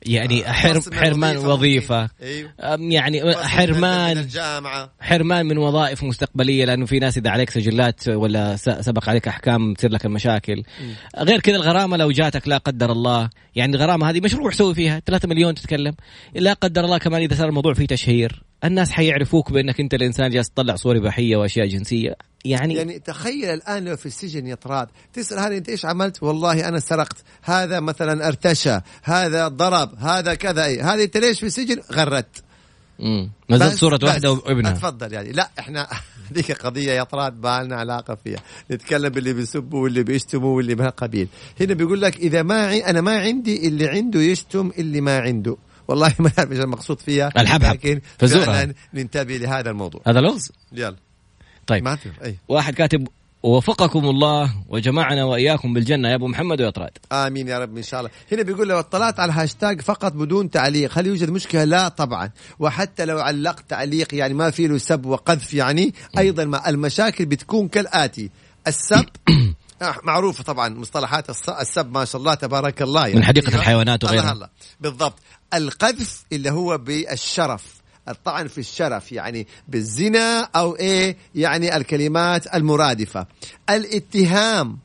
S1: يعني حرم حرمان وظيفة،
S2: أيوه.
S1: يعني حرمان
S2: الجامعة،
S1: حرمان من وظائف مستقبلية، لأنه في ناس إذا عليك سجلات ولا سبق عليك أحكام تصير لك المشاكل. م. غير كذا الغرامة لو جاتك لا قدر الله، يعني الغرامة هذه مشروع سوي فيها ثلاثة مليون تتكلم، لا قدر الله كمان إذا صار الموضوع فيه تشهير الناس حيعرفوك بأنك أنت الإنسان جالس تطلع صور إباحية وأشياء جنسية. يعني
S2: يعني تخيل الآن لو في السجن يا طراد تسأل هذا أنت إيش عملت؟ والله أنا سرقت، هذا مثلا ارتشى، هذا ضرب، هذا كذا، أي هذا أنت ليش في السجن؟ غردت.
S1: امم نزلت صورة واحدة وابنها.
S2: اتفضل يعني لا إحنا هذيك قضية يا طراد بالنا علاقة فيها، نتكلم باللي بيسبوا واللي بيشتموا واللي بها قبيل. هنا بيقول لك إذا ما عي... أنا ما عندي اللي عنده يشتم اللي ما عنده. والله ما أعرف إيش المقصود فيها،
S1: لكن
S2: فعلا ننتبه لهذا الموضوع.
S1: هذا لغز.
S2: يلا
S1: طيب واحد كاتب ووفقكم الله وجمعنا وإياكم بالجنة يا أبو محمد ويا طراد.
S2: آمين يا رب إن شاء الله. هنا بيقول لو اطلعت على الهاشتاج فقط بدون تعليق هل يوجد مشكلة؟ لا طبعا، وحتى لو علقت تعليق يعني ما فيه له سب وقذف يعني أيضا ما المشاكل بتكون كالآتي. السب معروفة طبعا، مصطلحات السب ما شاء الله تبارك الله يعني
S1: من حديقة الحيوانات وغيرها.
S2: الله بالضبط. القذف اللي هو بالشرف، الطعن في الشرف يعني بالزنا أو إيه يعني الكلمات المرادفة. الاتهام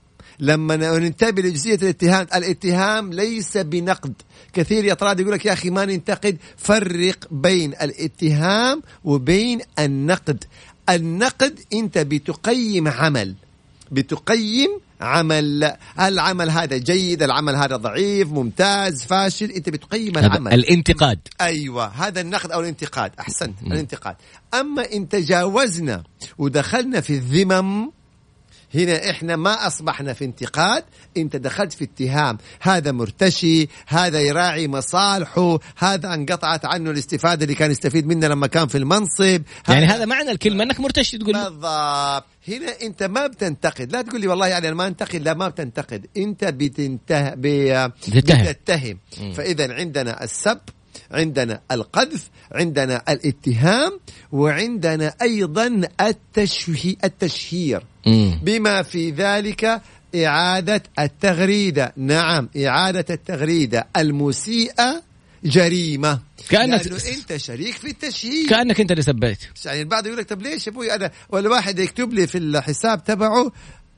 S2: لما ننتبه لجزئية الاتهام، الاتهام ليس بنقد. كثير يطراد يقول لك يا أخي ما ننتقد، فرق بين الاتهام وبين النقد. النقد أنت بتقيم عمل، بتقيم عمل، العمل هذا جيد، العمل هذا ضعيف، ممتاز، فاشل، انت بتقيم العمل.
S1: الانتقاد
S2: ايوه هذا النقد او الانتقاد. احسنت م. الانتقاد. اما ان تجاوزنا ودخلنا في الذمم هنا احنا ما اصبحنا في انتقاد، انت دخلت في اتهام. هذا مرتشي، هذا يراعي مصالحه، هذا انقطعت عنه الاستفادة اللي كان يستفيد منه لما كان في المنصب.
S1: يعني هذا معنى الكلمة انك مرتشي تقول.
S2: بالضبط. هنا انت ما بتنتقد، لا تقول لي والله يعني انا ما انتقد، لا ما بتنتقد، انت بتنته بتتهم, بتتهم. فاذا عندنا السب، عندنا القذف، عندنا الاتهام، وعندنا أيضا التشهي التشهير
S1: مم.
S2: بما في ذلك إعادة التغريدة. نعم إعادة التغريدة المسيئة جريمة،
S1: كأنك
S2: أنت شريك في التشهير،
S1: كأنك أنت اللي سبيت.
S2: يعني البعض يقول لك طب ليش يا أبوي أنا، ولا واحد يكتب لي في الحساب تبعه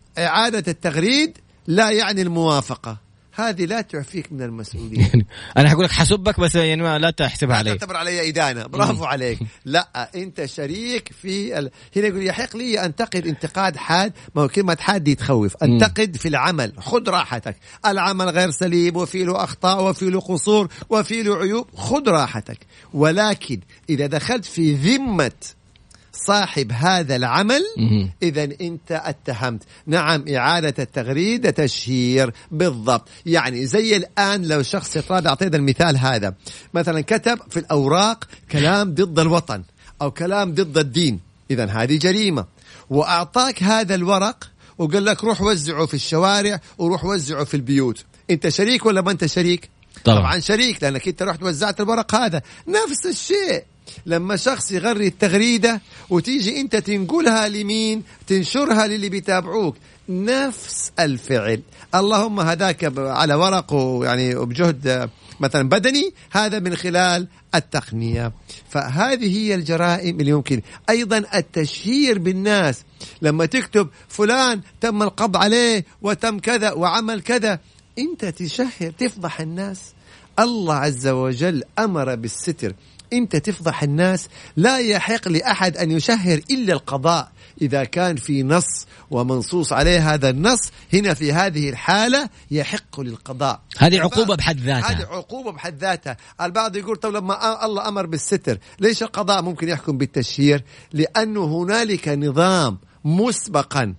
S2: إعادة التغريد لا يعني الموافقة، هذه لا تعفيك من المسؤولية.
S1: يعني أنا هقول لك حسبك بس يعني ما لا تحسبها علي،
S2: لا تعتبر علي إدانة. برافو عليك. لا أنت شريك في ال... هنا يقول يحق لي أنتقد انتقاد حاد، ما هو كلمة حاد دي تخوف. أنتقد في العمل، خذ راحتك، العمل غير سليم وفي له أخطاء وفي له قصور وفي له عيوب، خذ راحتك. ولكن إذا دخلت في ذمة صاحب هذا العمل إذا أنت اتهمت. نعم إعادة التغريدة تشهير بالضبط. يعني زي الآن لو شخص يطراد، أعطينا المثال هذا مثلا كتب في الأوراق كلام ضد الوطن أو كلام ضد الدين، إذا هذه جريمة. وأعطاك هذا الورق وقال لك روح وزعه في الشوارع وروح وزعه في البيوت، أنت شريك ولا ما أنت شريك؟ طبعا, طبعا شريك، لأنك أنت رحت وزعت الورق هذا. نفس الشيء لما شخص يغري التغريدة وتيجي أنت تنقلها لمين؟ تنشرها للي بيتابعوك، نفس الفعل. اللهم هداك على ورق يعني بجهد مثلا بدني، هذا من خلال التقنية. فهذه هي الجرائم اللي يمكن. أيضا التشهير بالناس، لما تكتب فلان تم القبض عليه وتم كذا وعمل كذا، أنت تشهر تفضح الناس. الله عز وجل أمر بالستر، أنت تفضح الناس. لا يحق لأحد أن يشهر إلا القضاء، إذا كان في نص ومنصوص عليه هذا النص، هنا في هذه الحالة يحق للقضاء.
S1: هذه عقوبة بحد ذاتها،
S2: هذه عقوبة بحد ذاتها. البعض يقول طب لما الله أمر بالستر ليش القضاء ممكن يحكم بالتشهير؟ لأنه هنالك نظام مسبقا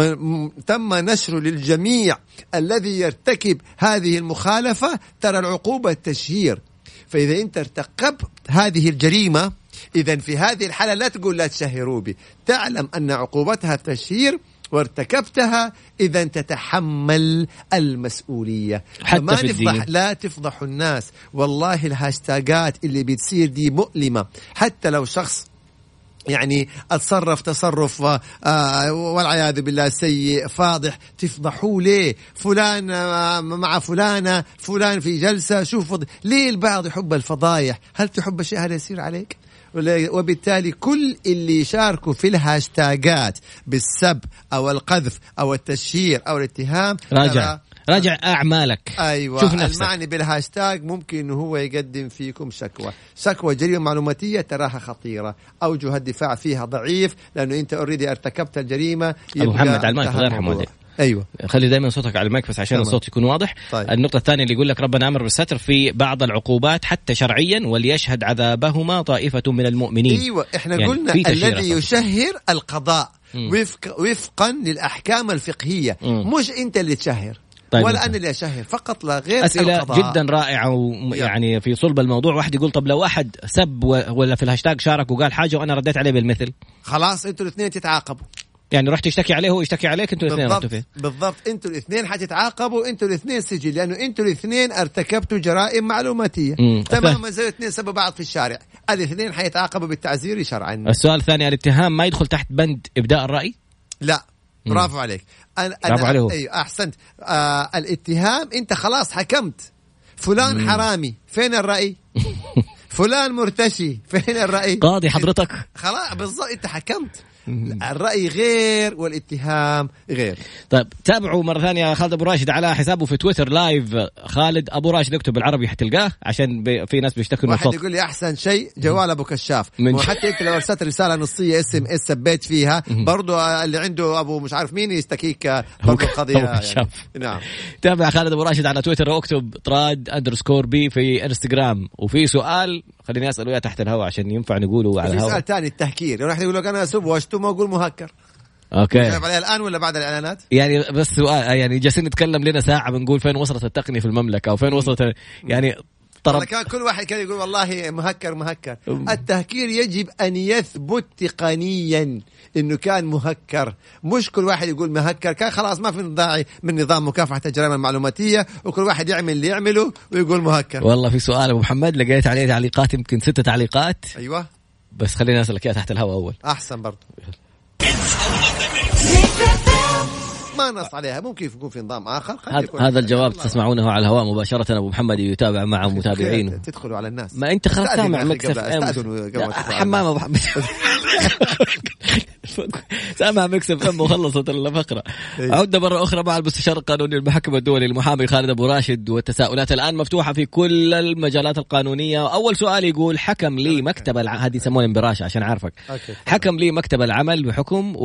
S2: تم نشره للجميع، الذي يرتكب هذه المخالفة ترى العقوبة التشهير. فإذا أنت ارتكبت هذه الجريمة، إذن في هذه الحالة لا تقول لا تشهروا بي، تعلم أن عقوبتها التشهير وارتكبتها، إذن تتحمل المسؤولية.
S1: حتى في
S2: الدين لا تفضح الناس. والله الهاشتاجات اللي بتصير دي مؤلمة. حتى لو شخص يعني أتصرف تصرف آه والعياذ بالله سيء فاضح، تفضحوا ليه؟ فلان آه مع فلانة، فلان في جلسة، شوف ليه البعض يحب الفضايح؟ هل تحب الشيء هذا يصير عليك؟ وبالتالي كل اللي يشاركوا في الهاشتاجات بالسب أو القذف أو التشهير أو الاتهام،
S1: راجع راجع أعمالك.
S2: أيوة،
S1: شوف نفسك.
S2: المعني بالهاشتاج ممكن هو يقدم فيكم شكوى شكوى جريمة معلوماتية تراها خطيرة، أوجه الدفاع فيها ضعيف، لأنه أنت أوريدي ارتكبت الجريمة.
S1: أبو محمد على المايك، الله يرحمه.
S2: ايوه،
S1: خلي دائما صوتك على المايك بس عشان طبعا الصوت يكون واضح.
S2: طيب.
S1: النقطة الثانية اللي يقول لك ربنا أمر بالستر في بعض العقوبات حتى شرعيا، وليشهد عذابهما طائفة من المؤمنين.
S2: ايوه، احنا
S1: يعني
S2: قلنا الذي يشهر القضاء وفق وفقا للأحكام الفقهية. مم. مش انت اللي تشهر. طيب، ولا أنا اللي أشهر فقط لا غير.
S1: أسئلة
S2: القضاء.
S1: جدا رائعة ويعني في صلب الموضوع. واحد يقول طب لو أحد سب ولا في الهاشتاج شارك وقال حاجة وأنا رديت عليه بالمثل،
S2: خلاص انتوا الاثنين تتعاقبوا.
S1: يعني رحت تشتكي عليه هو يشتكي عليك، انتوا الاثنين رحتوا فيه.
S2: بالضبط، انتوا الاثنين حتتعاقبوا، انتوا الاثنين سجن، لانه انتوا الاثنين ارتكبتوا جرائم معلوماتيه تماما زي الاثنين سبوا بعض في الشارع. الاثنين حيتعاقبوا بالتعزير شرعا.
S1: السؤال الثاني، الاتهام ما يدخل تحت بند ابداء الراي؟
S2: لا، برافو عليك. أنا
S1: برافو عليه.
S2: أيوة احسنت. آه الاتهام انت خلاص حكمت فلان مم. حرامي، فين الراي؟ فلان مرتشي، فين الراي؟
S1: قاضي حضرتك.
S2: خلاص بالضبط، انت حكمت. الرأي غير والاتهام غير.
S1: طيب تابعوا مرة ثانية خالد أبو راشد على حسابه في تويتر لايف، خالد أبو راشد، اكتب بالعربي حتلقاه عشان في ناس بيشتكوا إنه
S2: واحد
S1: صوت.
S2: يقول لي أحسن شيء جوال أبو كشاف، وحتى أنت لو أرسلت رسالة نصية اسم اس سبيت فيها برضو اللي عنده أبو مش عارف مين يستكيك برضو القضية يعني. نعم.
S1: تابع خالد أبو راشد على تويتر واكتب طراد أندرسكور بي في انستغرام. وفي سؤال خليني أسأله إياه تحت الهواء عشان ينفع نقوله على الهواء.
S2: في سؤال ثاني، التهكير. راح يقول لك أنا أسب واشتم وأقول مهكر.
S1: اوكي،
S2: جاوب عليها الان ولا بعد الاعلانات؟
S1: يعني بس سؤال، يعني جالسين نتكلم لنا ساعه بنقول فين وصلت التقنيه في المملكه او فين وصلت يعني
S2: طرب. كان كل واحد كان يقول والله مهكر مهكر. التهكير يجب ان يثبت تقنيا انه كان مهكر، مش كل واحد يقول مهكر. كان خلاص ما في داعي من نظام مكافحه الجرائم المعلوماتيه وكل واحد يعمل اللي يعمله ويقول مهكر.
S1: والله في سؤال ابو محمد لقيت عليه تعليقات يمكن ستة تعليقات.
S2: ايوه،
S1: بس خلينا اسالك اياها تحت الهواء اول.
S2: احسن برضه ما نص عليها، ممكن يكون في نظام آخر.
S1: هذا الجواب تسمعونه على الهواء مباشرة. أبو محمد يتابع مع متابعينه.
S2: تدخلوا على الناس.
S1: ما أنت خلاص سامع مكسف أم حمام أبو محمد. سامع مكسف أم وخلصت الفقرة. عودة مرة أخرى مع المستشار القانوني المحكم الدولي المحامي خالد أبو راشد، والتساؤلات الآن مفتوحة في كل المجالات القانونية. أول سؤال يقول حكم لي مكتب الع... هذه يسمونه انبراشة عشان عارفك. حكم لي مكتب العمل بحكم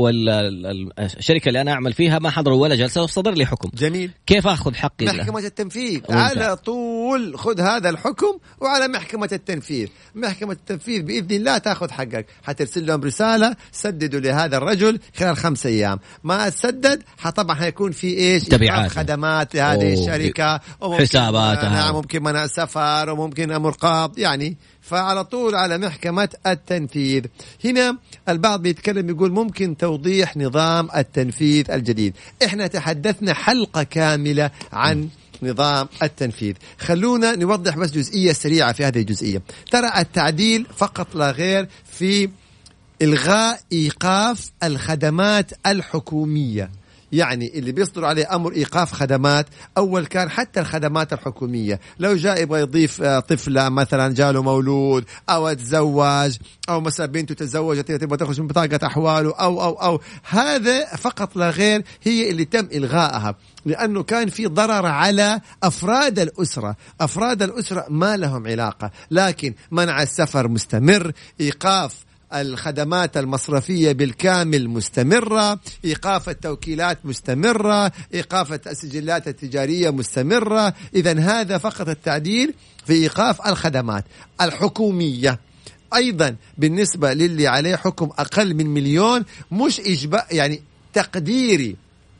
S1: والشركة اللي أنا أعمل فيها ما حضروا ولا جلسة وصدر لي حكم.
S2: جميل.
S1: كيف أخذ حقي؟
S2: محكمة التنفيذ على طول خذ هذا الحكم وعلى محكمة التنفيذ. محكمة التنفيذ بإذن الله تأخذ حقك. حترسل لهم رسالة سددوا لهذا الرجل خلال خمس أيام. ما تسدد طبعا حيكون في إيش
S1: تبعات
S2: خدمات لهذه الشركة
S1: حساباتها،
S2: نعم ممكن منع سفر وممكن أمر قبض يعني. فعلى طول على محكمة التنفيذ. هنا البعض بيتكلم يقول ممكن توضيح نظام التنفيذ الجديد. احنا تحدثنا حلقة كاملة عن نظام التنفيذ، خلونا نوضح بس جزئية سريعة في هذه الجزئية. ترى التعديل فقط لا غير في إلغاء إيقاف الخدمات الحكومية. يعني اللي بيصدر عليه أمر إيقاف خدمات، أول كان حتى الخدمات الحكومية لو جاء يبغى يضيف طفلة مثلا جاله مولود أو تزوج أو مثلا بنته تزوجت تبغى تخرج من بطاقة أحواله أو أو أو هذا فقط لا غير هي اللي تم إلغائها، لأنه كان في ضرر على أفراد الأسرة. أفراد الأسرة ما لهم علاقة، لكن منع السفر مستمر، إيقاف الخدمات المصرفية بالكامل مستمرة، إيقاف التوكيلات مستمرة، إيقاف السجلات التجارية مستمرة. إذن هذا فقط التعديل في إيقاف الخدمات الحكومية. أيضا بالنسبة للي عليه حكم أقل من مليون مش إجباء، يعني تقديري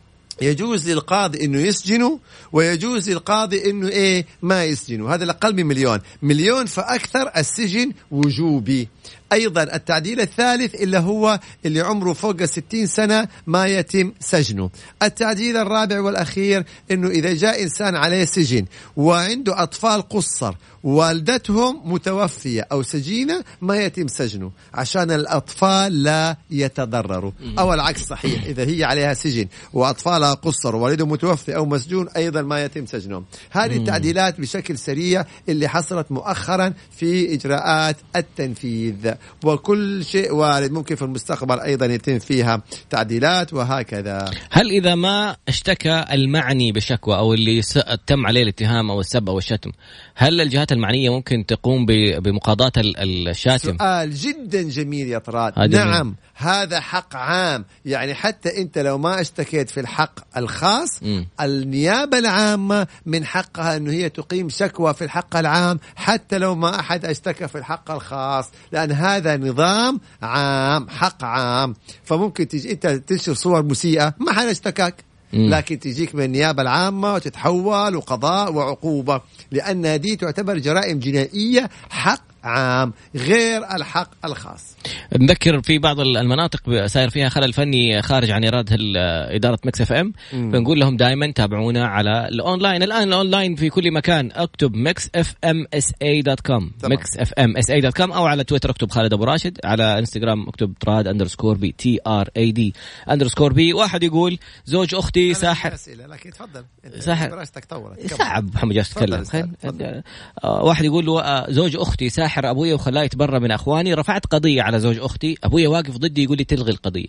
S2: يجوز للقاضي إنه يسجنه ويجوز للقاضي إنه إيه ما يسجنه. هذا الأقل من مليون. مليون فأكثر السجن وجوبي. أيضا التعديل الثالث اللي هو اللي عمره فوق ستين سنة ما يتم سجنه. التعديل الرابع والأخير إنه إذا جاء إنسان عليه سجن وعنده أطفال قصر والدتهم متوفية أو سجينة ما يتم سجنه عشان الأطفال لا يتضرروا، أو العكس صحيح، إذا هي عليها سجن وأطفالها قصر ووالدهم متوفي أو مسجون أيضا ما يتم سجنهم. هذه التعديلات بشكل سريع اللي حصلت مؤخرا في إجراءات التنفيذ، وكل شيء وارد ممكن في المستقبل أيضا يتم فيها تعديلات وهكذا.
S1: هل إذا ما اشتكى المعني بشكوى أو اللي تم عليه الاتهام أو السب أو الشتم، هل الجهات المعنية ممكن تقوم بمقاضاة الشاتم؟
S2: سؤال جدا جميل يا طراد. نعم، هذا حق عام، يعني حتى أنت لو ما اشتكيت في الحق الخاص م. النيابة العامة من حقها أنه هي تقيم شكوى في الحق العام حتى لو ما أحد اشتكى في الحق الخاص، لأن هذا نظام عام، حق عام. فممكن تجي أنت تنشر صور مسيئة ما حد اشتكاك، لكن تجيك من النيابة العامة وتتحول وقضاء وعقوبة، لأن هذه تعتبر جرائم جنائية حق عام غير الحق الخاص.
S1: نذكر في بعض المناطق ساير فيها خلل فني خارج عن إرادة إدارة ميكس اف ام، فنقول لهم دائما تابعونا على الأونلاين. الآن الأونلاين في كل مكان، اكتب ميكس اف ام اس اي دوت كوم، ميكس اف ام اس اي دوت كوم، أو على تويتر اكتب خالد أبو راشد، على انستغرام اكتب تراد اندرسكور بي تي ار اي دي اندرسكور بي. واحد يقول زوج أختي ساحر،
S2: لكن تفضل
S1: ساحر صعب محمد جالس تتكلم. واحد يقول زوج أختي ساحر أبويا وخلاه يتبرى من أخواني، رفعت قضية على زوج أختي، أبويا واقف ضدي يقول لي تلغي القضية.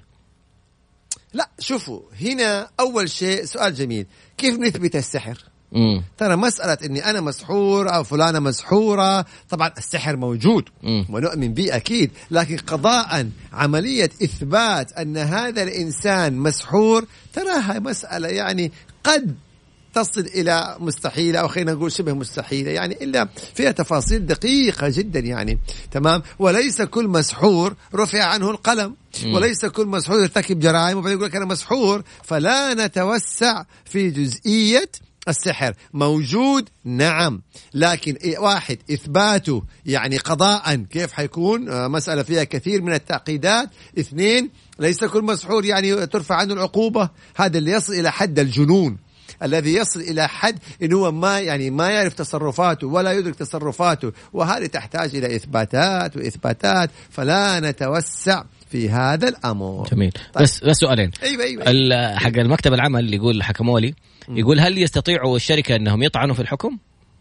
S2: لا شوفوا هنا أول شيء سؤال جميل، كيف نثبت السحر؟
S1: مم.
S2: ترى مسألة إني أنا مسحور أو فلانة مسحورة، طبعا السحر موجود
S1: مم.
S2: ونؤمن به أكيد، لكن قضاء عملية إثبات أن هذا الإنسان مسحور تراها مسألة يعني قد تصل إلى مستحيلة، أو خلينا نقول شبه مستحيلة، يعني إلا فيها تفاصيل دقيقة جدا يعني. تمام. وليس كل مسحور رفع عنه القلم، م. وليس كل مسحور يرتكب جرائم وبعدين يقول لك أنا مسحور. فلا نتوسع في جزئية السحر. موجود نعم، لكن واحد إثباته يعني قضاء كيف حيكون مسألة فيها كثير من التعقيدات. اثنين، ليس كل مسحور يعني ترفع عنه العقوبة، هذا اللي يصل إلى حد الجنون، الذي يصل إلى حد إنه هو ما يعني ما يعرف تصرفاته ولا يدرك تصرفاته، وهذه تحتاج إلى إثباتات وإثباتات، فلا نتوسع في هذا الأمر.
S1: جميل. طيب. بس بس سؤالين.
S2: أيوة أيوة.
S1: حق المكتب العمل اللي يقول حكموا لي، يقول هل يستطيعوا الشركة أنهم يطعنوا في الحكم؟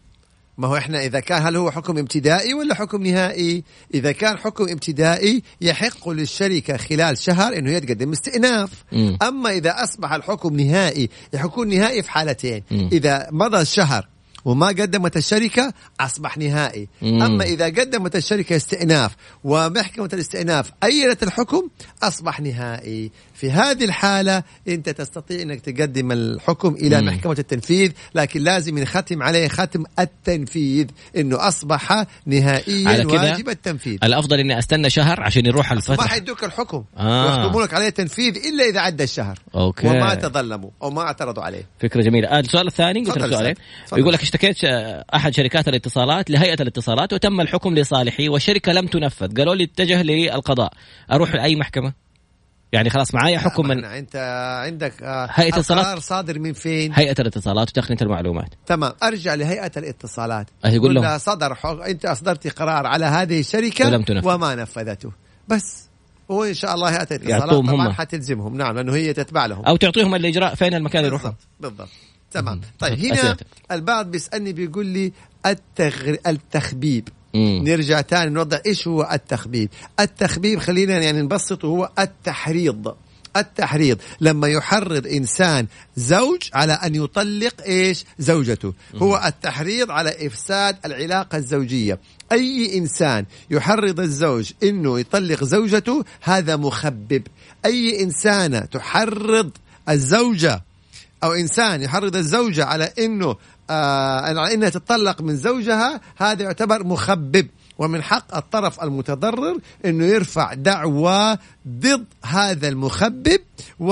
S2: ما هو إحنا إذا كان هل هو حكم ابتدائي ولا حكم نهائي؟ إذا كان حكم ابتدائي يحق للشركة خلال شهر إنه يتقدم استئناف.
S1: م.
S2: أما إذا أصبح الحكم نهائي، يحكون نهائي في حالتين، م. إذا مضى الشهر وما قدمت الشركة أصبح نهائي.
S1: مم.
S2: أما إذا قدمت الشركة استئناف ومحكمة الاستئناف أيدت الحكم أصبح نهائي. في هذه الحالة أنت تستطيع أنك تقدم الحكم إلى مم. محكمة التنفيذ، لكن لازم ينختم عليه ختم التنفيذ إنه أصبح نهائيا واجب التنفيذ.
S1: الأفضل أني أستنى شهر عشان يروح الفترة،
S2: ما حيدوك الحكم
S1: آه.
S2: ويختمونك عليه تنفيذ إلا إذا عدى الشهر.
S1: أوكي.
S2: وما تظلموا أو ما اعترضوا عليه.
S1: فكرة جميلة. السؤال الثاني قلت لك سؤالين، يقول لك اشتكيت أحد شركات الاتصالات لهيئة الاتصالات وتم الحكم لصالحي والشركة لم تنفذ، قالوا لي اتجه للقضاء، أروح لأي محكمة؟ يعني خلاص معايا حكم من
S2: أنت عندك
S1: هيئة الاتصالات
S2: صادر من فين؟
S1: هيئة الاتصالات وتقنية المعلومات.
S2: تمام. أرجع لهيئة الاتصالات
S1: يقول لهم
S2: صدر حق... أنت أصدرت قرار على هذه الشركة وما نفذته، بس وإن شاء الله هيئة الاتصالات طبعا حتلزمهم. نعم، لأنه هي تتبع لهم
S1: أو تعطيهم الإجراء فين المكان يروحوا.
S2: بالضبط. تمام. طيب هنا أسيتك. البعض بيسألني بيقول لي التغر... التخبيب.
S1: مم.
S2: نرجع تاني نوضح إيش هو التخبيب. التخبيب خلينا يعني نبسطه، هو التحريض. التحريض لما يحرض إنسان زوج على أن يطلق إيش زوجته، هو التحريض على إفساد العلاقة الزوجية. أي إنسان يحرض الزوج إنه يطلق زوجته هذا مخبب. أي إنسانة تحرض الزوجة أو إنسان يحرض الزوجة على إنه آه على إنها تطلق من زوجها هذا يعتبر مخبب، ومن حق الطرف المتضرر إنه يرفع دعوى ضد هذا المخبب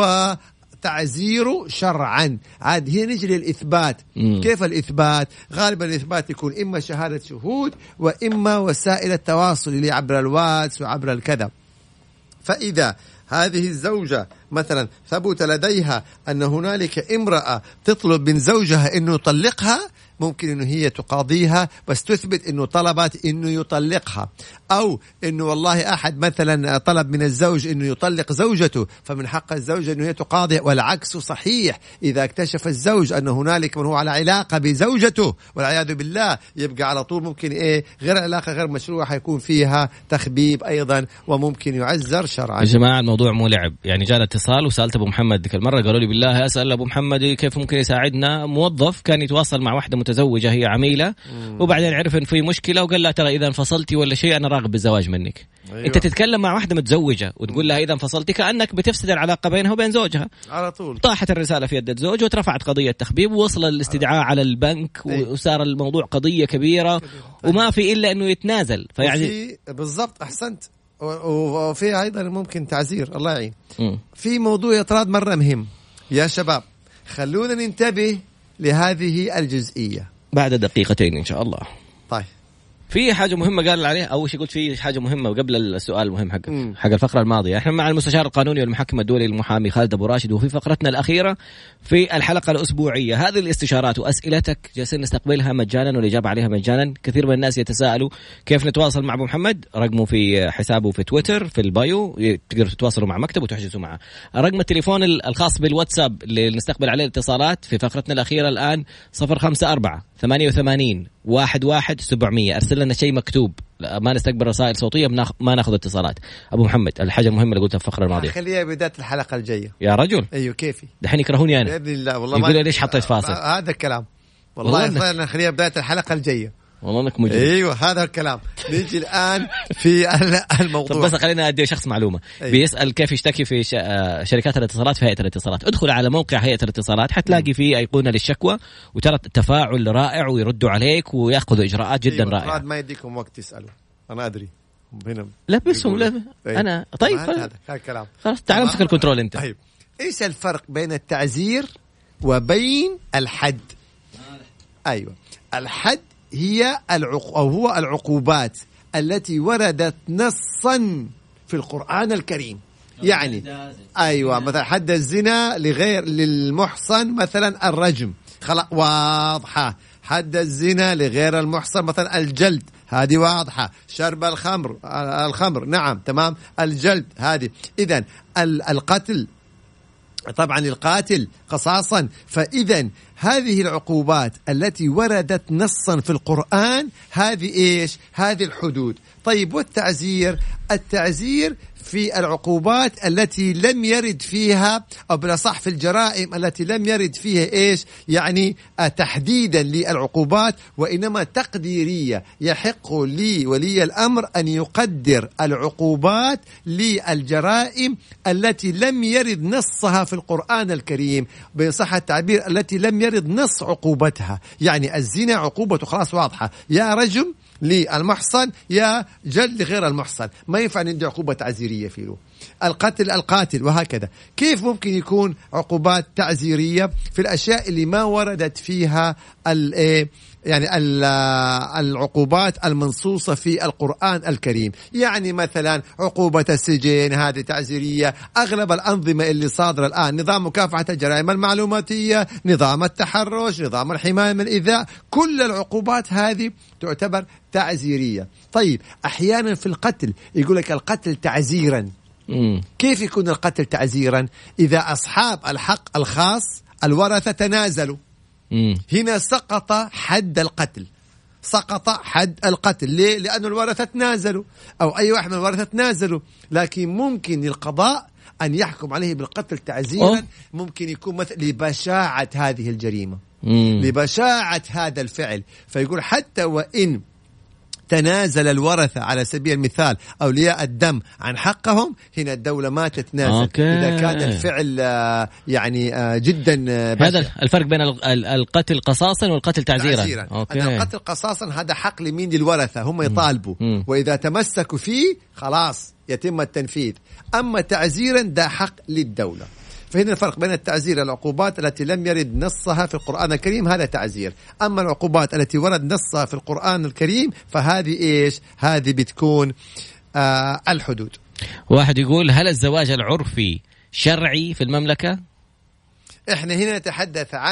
S2: وتعزيره شرعا. عاد هي نجي للإثبات.
S1: مم.
S2: كيف الإثبات؟ غالبا الإثبات يكون إما شهادة شهود وإما وسائل التواصل اللي عبر الواتس وعبر الكذا. فإذا هذه الزوجة مثلا ثبت لديها أن هنالك امرأة تطلب من زوجها أنه يطلقها، ممكن إنه هي تقاضيها بس تثبت إنه طلبت إنه يطلقها، أو إنه والله أحد مثلا طلب من الزوج إنه يطلق زوجته فمن حق الزوجة إنه هي تقاضي، والعكس صحيح. إذا اكتشف الزوج أن هنالك من هو على علاقة بزوجته والعياذ بالله يبقى على طول ممكن إيه غير علاقة غير مشروعة حيكون فيها تخبيب أيضا وممكن يعزر شرعا.
S1: يا جماعة الموضوع مو لعب، يعني جاء اتصال وسألت أبو محمد ذيك المرة قالوا لي بالله أسأل أبو محمد كيف ممكن يساعدنا. موظف كان يتواصل مع واحدة متزوجة هي عميلة مم. وبعدين عرف إن في مشكلة وقال لها ترى إذا انفصلتي ولا شيء أنا راغب بالزواج منك. أيوة. أنت تتكلم مع واحدة متزوجة وتقول لها إذا انفصلتي كأنك بتفسد العلاقة بينها وبين زوجها على طول. طاحت الرسالة في يد الزوج وترفعت قضية تخبيب ووصل الاستدعاء على البنك أيوة. وصار الموضوع قضية كبيرة كبيرة. وما في إلا إنه يتنازل. فيعني
S2: بالضبط أحسنت. وفي أيضا ممكن تعزير الله يعين. م. في موضوع إطراد مرة مهم يا شباب، خلونا ننتبه لهذه الجزئية
S1: بعد دقيقتين إن شاء الله.
S2: طيب
S1: في حاجة مهمة قال عليه أول شيء قلت في حاجة مهمة وقبل السؤال المهم حق حق الفقرة الماضية. إحنا مع المستشار القانوني والمحكم الدولي المحامي خالد أبو راشد، وفي فقرتنا الأخيرة في الحلقة الأسبوعية هذه الاستشارات وأسئلتك جالسين نستقبلها مجانا والإجابة عليها مجانا. كثير من الناس يتساءلوا كيف نتواصل مع أبو محمد. رقمه في حسابه في تويتر في البايو، تقدروا تتواصلوا مع مكتب وتحجزوا معه. رقم التليفون الخاص بالواتساب اللي نستقبل عليه الاتصالات في فقرتنا الأخيرة الآن صفر خمسة أربعة ثمانية وثمانين واحد واحد سبعمية. أرسل لنا شيء مكتوب، ما نستقبل رسائل صوتية، ما ناخذ اتصالات. أبو محمد الحاجة المهمة اللي قلتها في الفقرة الماضية
S2: خليها بداية الحلقة الجاية يا
S1: رجل.
S2: أيوه كيفي
S1: دحين يكرهوني أنا
S2: بإذن الله. والله
S1: يقولوا ليش حطيت فاصل.
S2: هذا الكلام والله, والله أنا خليها بداية الحلقة الجاية.
S1: والله انك مجرم.
S2: ايوه هذا الكلام. نيجي الان في الموضوع.
S1: طب بس خلينا ادي شخص معلومه. أيوة. بيسال كيف يشتكي في شركات الاتصالات في هيئه الاتصالات. ادخل على موقع هيئه الاتصالات حتلاقي فيه ايقونه للشكوى، وترى التفاعل رائع ويردوا عليك وياخذوا اجراءات جدا أيوة. رائعه.
S2: ما يديكم وقت تسالوا، انا ادري هنا
S1: لبسهم لب...
S2: أيوة.
S1: انا طيب
S2: هذا الكلام
S1: خلاص تعال امسك الكنترول انت.
S2: طيب ايش الفرق بين التعزير وبين الحد؟ ايوه الحد هي العق... أو هو العقوبات التي وردت نصا في القرآن الكريم. يعني أيوة مثلا حد الزنا لغير للمحصن مثلا الرجم، خلاص واضحة. حد الزنا لغير المحصن مثلا الجلد، هذه واضحة. شرب الخمر الخمر نعم تمام الجلد هذه. إذن القتل طبعا القاتل قصاصا. فإذا هذه العقوبات التي وردت نصا في القرآن هذه إيش؟ هذه الحدود. طيب والتعزير؟ التعزير في العقوبات التي لم يرد فيها، أو بالأصح في الجرائم التي لم يرد فيها إيش يعني تحديدا للعقوبات، وإنما تقديرية. يحق لي ولي الأمر أن يقدر العقوبات للجرائم التي لم يرد نصها في القرآن الكريم، بصح التعبير التي لم يرد نص عقوبتها. يعني الزنا عقوبته خلاص واضحة، يا رجم للمحصن يا جلد لغير المحصن، ما ينفع ندي عقوبة تعزيرية فيه. القتل القاتل وهكذا. كيف ممكن يكون عقوبات تعزيرية في الأشياء اللي ما وردت فيها يعني العقوبات المنصوصة في القرآن الكريم؟ يعني مثلا عقوبة السجن هذه تعزيرية. أغلب الأنظمة اللي صادرة الآن نظام مكافحة الجرائم المعلوماتية، نظام التحرش، نظام الحماية من الإيذاء، كل العقوبات هذه تعتبر تعزيرية. طيب أحيانا في القتل يقول لك القتل تعزيرا. مم. كيف يكون القتل تعزيرا؟ إذا أصحاب الحق الخاص الورثة تنازلوا، مم. هنا سقط حد القتل، سقط حد القتل. ليه؟ لأن الورثة تنازلوا، أو أي واحد من الورثة تنازلوا. لكن ممكن القضاء أن يحكم عليه بالقتل تعزيرا. أوه. ممكن يكون مثل لبشاعة هذه الجريمة، مم. لبشاعة هذا الفعل، فيقول حتى وإن تنازل الورثة على سبيل المثال أولياء الدم عن حقهم، هنا الدولة ما تتنازل. أوكي. إذا كان الفعل يعني جدا بشع.
S1: هذا الفرق بين القتل قصاصا والقتل تعزيرا. تعزيرا.
S2: أوكي. أن القتل قصاصا هذا حق لمين؟ للورثة، هم يطالبوا، م. وإذا تمسكوا فيه خلاص يتم التنفيذ. أما تعزيرا ده حق للدولة. فهنا الفرق بين التعزير العقوبات التي لم يرد نصها في القرآن الكريم هذا تعزير. أما العقوبات التي ورد نصها في القرآن الكريم فهذه إيش؟ هذه بتكون آه الحدود.
S1: واحد يقول هل الزواج العرفي شرعي في المملكة؟
S2: إحنا هنا نتحدث عن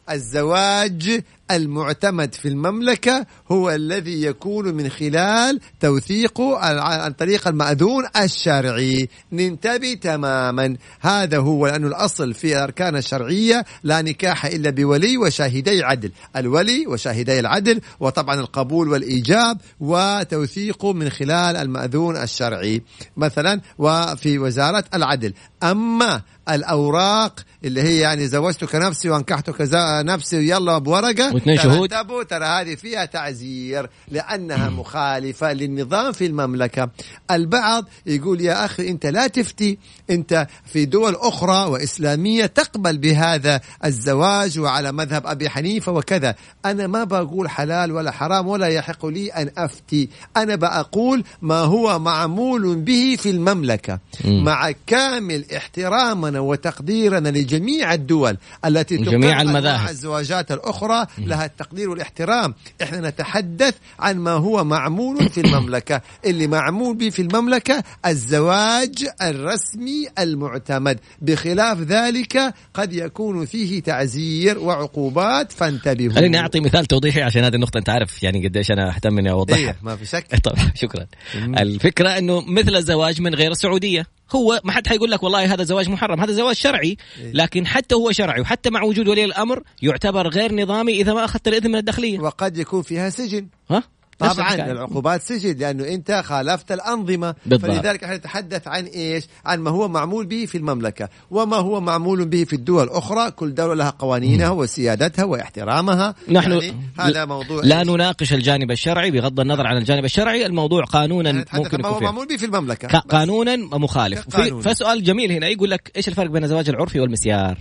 S2: الزواج المعتمد في المملكة هو الذي يكون من خلال توثيقه عن طريق المأذون الشرعي. ننتبه تماما، هذا هو، لأنه الأصل في الأركان الشرعية لا نكاح إلا بولي وشاهدي عدل، الولي وشاهدي العدل، وطبعا القبول والإيجاب وتوثيقه من خلال المأذون الشرعي مثلا وفي وزارة العدل. أما الأوراق اللي هي يعني زوجتك نفسي وانكحتك نفسي ويلا بورقة
S1: واثنين شهود،
S2: ترى هذه فيها تعزير لأنها مخالفة للنظام في المملكة. البعض يقول يا أخي أنت لا تفتي، أنت في دول أخرى وإسلامية تقبل بهذا الزواج وعلى مذهب أبي حنيفة وكذا. أنا ما بقول حلال ولا حرام ولا يحق لي أن أفتي، أنا بقول ما هو معمول به في المملكة م. مع كامل احترامنا وتقديرنا لجميع الدول التي
S1: جميع المذاهب
S2: الزواجات الأخرى لها التقدير والاحترام. إحنا نتحدث عن ما هو معمول في المملكة. اللي معمول به في المملكة الزواج الرسمي المعتمد، بخلاف ذلك قد يكون فيه تعزير وعقوبات، فانتبهوا.
S1: خليني أعطي مثال توضيحي عشان هذه النقطة أنت عارف يعني قديش أنا أهتم إني أوضحها.
S2: إيه ما في شك.
S1: طب شكرا. الفكرة إنه مثل الزواج من غير السعودية، هو ما حد حيقول لك والله هذا زواج محرم، هذا زواج شرعي، لكن حتى هو شرعي وحتى مع وجود ولي الأمر يعتبر غير نظامي إذا ما أخذت الإذن من الداخلية،
S2: وقد يكون فيها سجن.
S1: ها؟
S2: طبعا العقوبات سجن لأنه أنت خالفت الأنظمة. بالضبط. فلذلك احنا نتحدث عن إيش؟ عن ما هو معمول به في المملكة وما هو معمول به في الدول الأخرى. كل دولة لها قوانينها وسيادتها واحترامها.
S1: نحن
S2: يعني هذا موضوع
S1: لا إيش؟ نناقش الجانب الشرعي بغض النظر عن الجانب الشرعي، الموضوع قانونا
S2: يعني
S1: ممكن يكون
S2: هو معمول به في المملكة
S1: قانونا مخالف. فسؤال جميل هنا يقول لك إيش الفرق بين الزواج العرفي والمسيار؟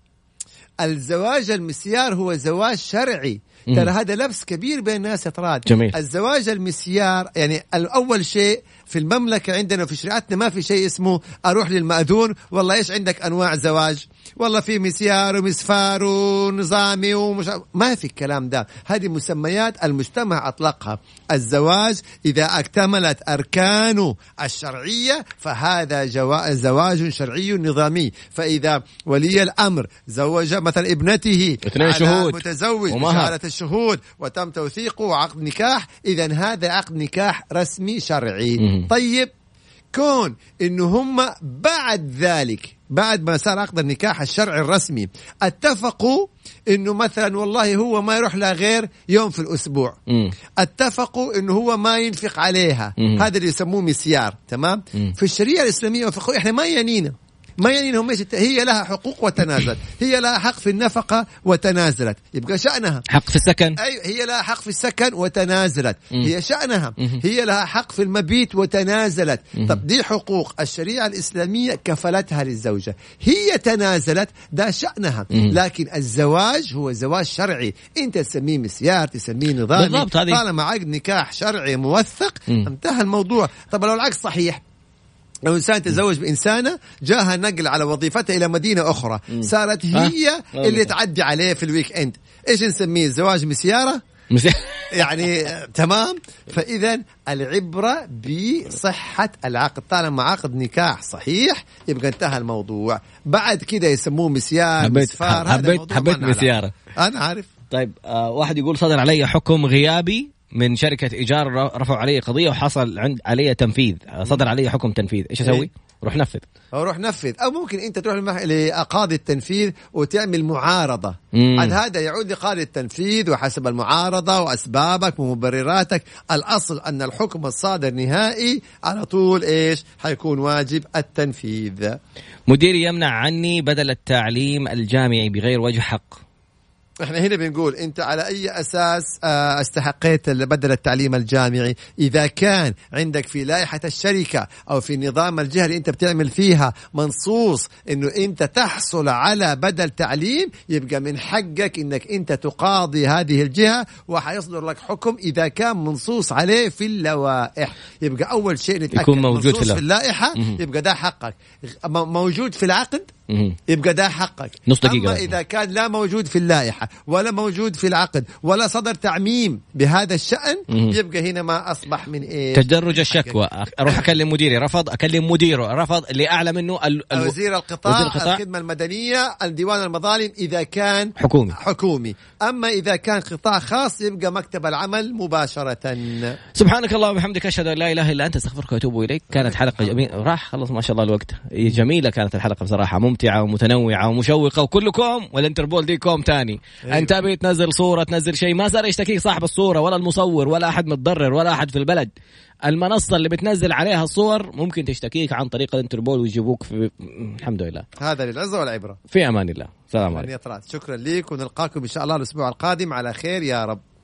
S2: الزواج المسيار هو زواج شرعي. ترى هذا لبس كبير بين الناس يطراد.
S1: جميل.
S2: الزواج المسيار يعني الأول شيء في المملكة عندنا وفي شريعتنا ما في شيء اسمه أروح للمأذون والله إيش عندك أنواع زواج، والله في مسيار ومسفار ونظامي ومش، ما في الكلام ده. هذه مسميات المجتمع أطلقها. الزواج إذا اكتملت أركانه الشرعية فهذا جوا... زواج شرعي نظامي. فإذا ولي الأمر زوج مثلا ابنته
S1: اثنين شهود
S2: متزوج بشهادة الشهود وتم توثيقه وعقد نكاح، إذن هذا عقد نكاح رسمي شرعي. م- طيب كون إنه هم بعد ذلك بعد ما صار عقد النكاح الشرعي الرسمي اتفقوا إنه مثلا والله هو ما يروح لها غير يوم في الأسبوع، م. اتفقوا إنه هو ما ينفق عليها، م. هذا اللي يسموه مسيار. تمام. م. في الشريعة الإسلامية وفقوا إحنا ما يعنينا ما يعني إنهم إيش، هي لها حقوق وتنازلت، هي لها حق في النفقة وتنازلت، يبقى شأنها.
S1: حق في السكن،
S2: أي هي لها حق في السكن وتنازلت، م. هي شأنها. م. هي لها حق في المبيت وتنازلت. م. طب دي حقوق الشريعة الإسلامية كفلتها للزوجة، هي تنازلت، ده شأنها. م. لكن الزواج هو زواج شرعي، أنت تسميه مسيار تسميه نظامي، طالما عقد نكاح شرعي موثق م. انتهى الموضوع. طب لو العكس صحيح، لو إنسان تزوج بإنسانة جاها نقل على وظيفتها إلى مدينة أخرى، م. صارت هي أه؟ اللي تعدي عليه في الويك إند، إيش نسميه؟ زواج مسيارة يعني. تمام. فإذا العبرة بصحة العقد، طالما عقد نكاح صحيح يبقى انتهى الموضوع. بعد كده يسموه مسيار مسفار.
S1: حبيت حبيت مسيارة،
S2: أنا عارف.
S1: طيب آه واحد يقول صدر علي حكم غيابي من شركة إيجار، رفعوا علي قضية وحصل عند علي تنفيذ، صدر علي حكم تنفيذ، إيش أسوي؟ روح نفذ.
S2: أو روح نفذ، أو ممكن أنت تروح المح... لقاضي التنفيذ وتعمل معارضة. عن هذا يعود لقاضي التنفيذ وحسب المعارضة وأسبابك ومبرراتك. الأصل أن الحكم الصادر نهائي على طول إيش حيكون واجب التنفيذ.
S1: مديري يمنع عني بدل التعليم الجامعي بغير وجه حق.
S2: احنا هنا بنقول انت على اي اساس استحقيت بدل التعليم الجامعي؟ اذا كان عندك في لائحة الشركة او في نظام الجهة اللي انت بتعمل فيها منصوص انه انت تحصل على بدل تعليم، يبقى من حقك انك انت تقاضي هذه الجهة وحيصدر لك حكم اذا كان منصوص عليه في اللوائح. يبقى اول شيء نتأكد
S1: يكون موجود
S2: في,
S1: في
S2: اللائحة، يبقى ده حقك. موجود في العقد يبقى ده حقك.
S1: نص دقيقة.
S2: أما إذا كان لا موجود في اللائحة ولا موجود في العقد ولا صدر تعميم بهذا الشأن يبقى هنا ما أصبح من إيه
S1: تدرج الشكوى. أروح أكلم مديري رفض، أكلم مديره رفض، اللي أعلى منه ال...
S2: وزير القطاع, وزير القطاع الخدمة المدنية الديوان المظالم إذا كان
S1: حكومي.
S2: حكومي. أما إذا كان قطاع خاص يبقى مكتب العمل مباشرة.
S1: سبحانك اللهم وبحمدك أشهد أن لا إله إلا أنت أستغفرك وأتوب إليك. كانت حلقة جميلة، راح خلص ما شاء الله الوقت، جميلة كانت الحلقة بصراحة، ممتعة ومتنوعة ومشوقة، وكلكم والانتربول ديكم تاني. أيوة. أنت تبي تنزل صورة تنزل شيء ما صار يشتكيك صاحب الصورة ولا المصور ولا أحد متضرر ولا أحد في البلد. المنصة اللي بتنزل عليها الصور ممكن تشتكيك عن طريق الانتربول ويجيبوك في. الحمد لله،
S2: هذا للعزة والعبرة.
S1: في أمان الله. سلام عليكم.
S2: شكرا لك ونلقاكم إن شاء الله الأسبوع القادم على خير يا رب.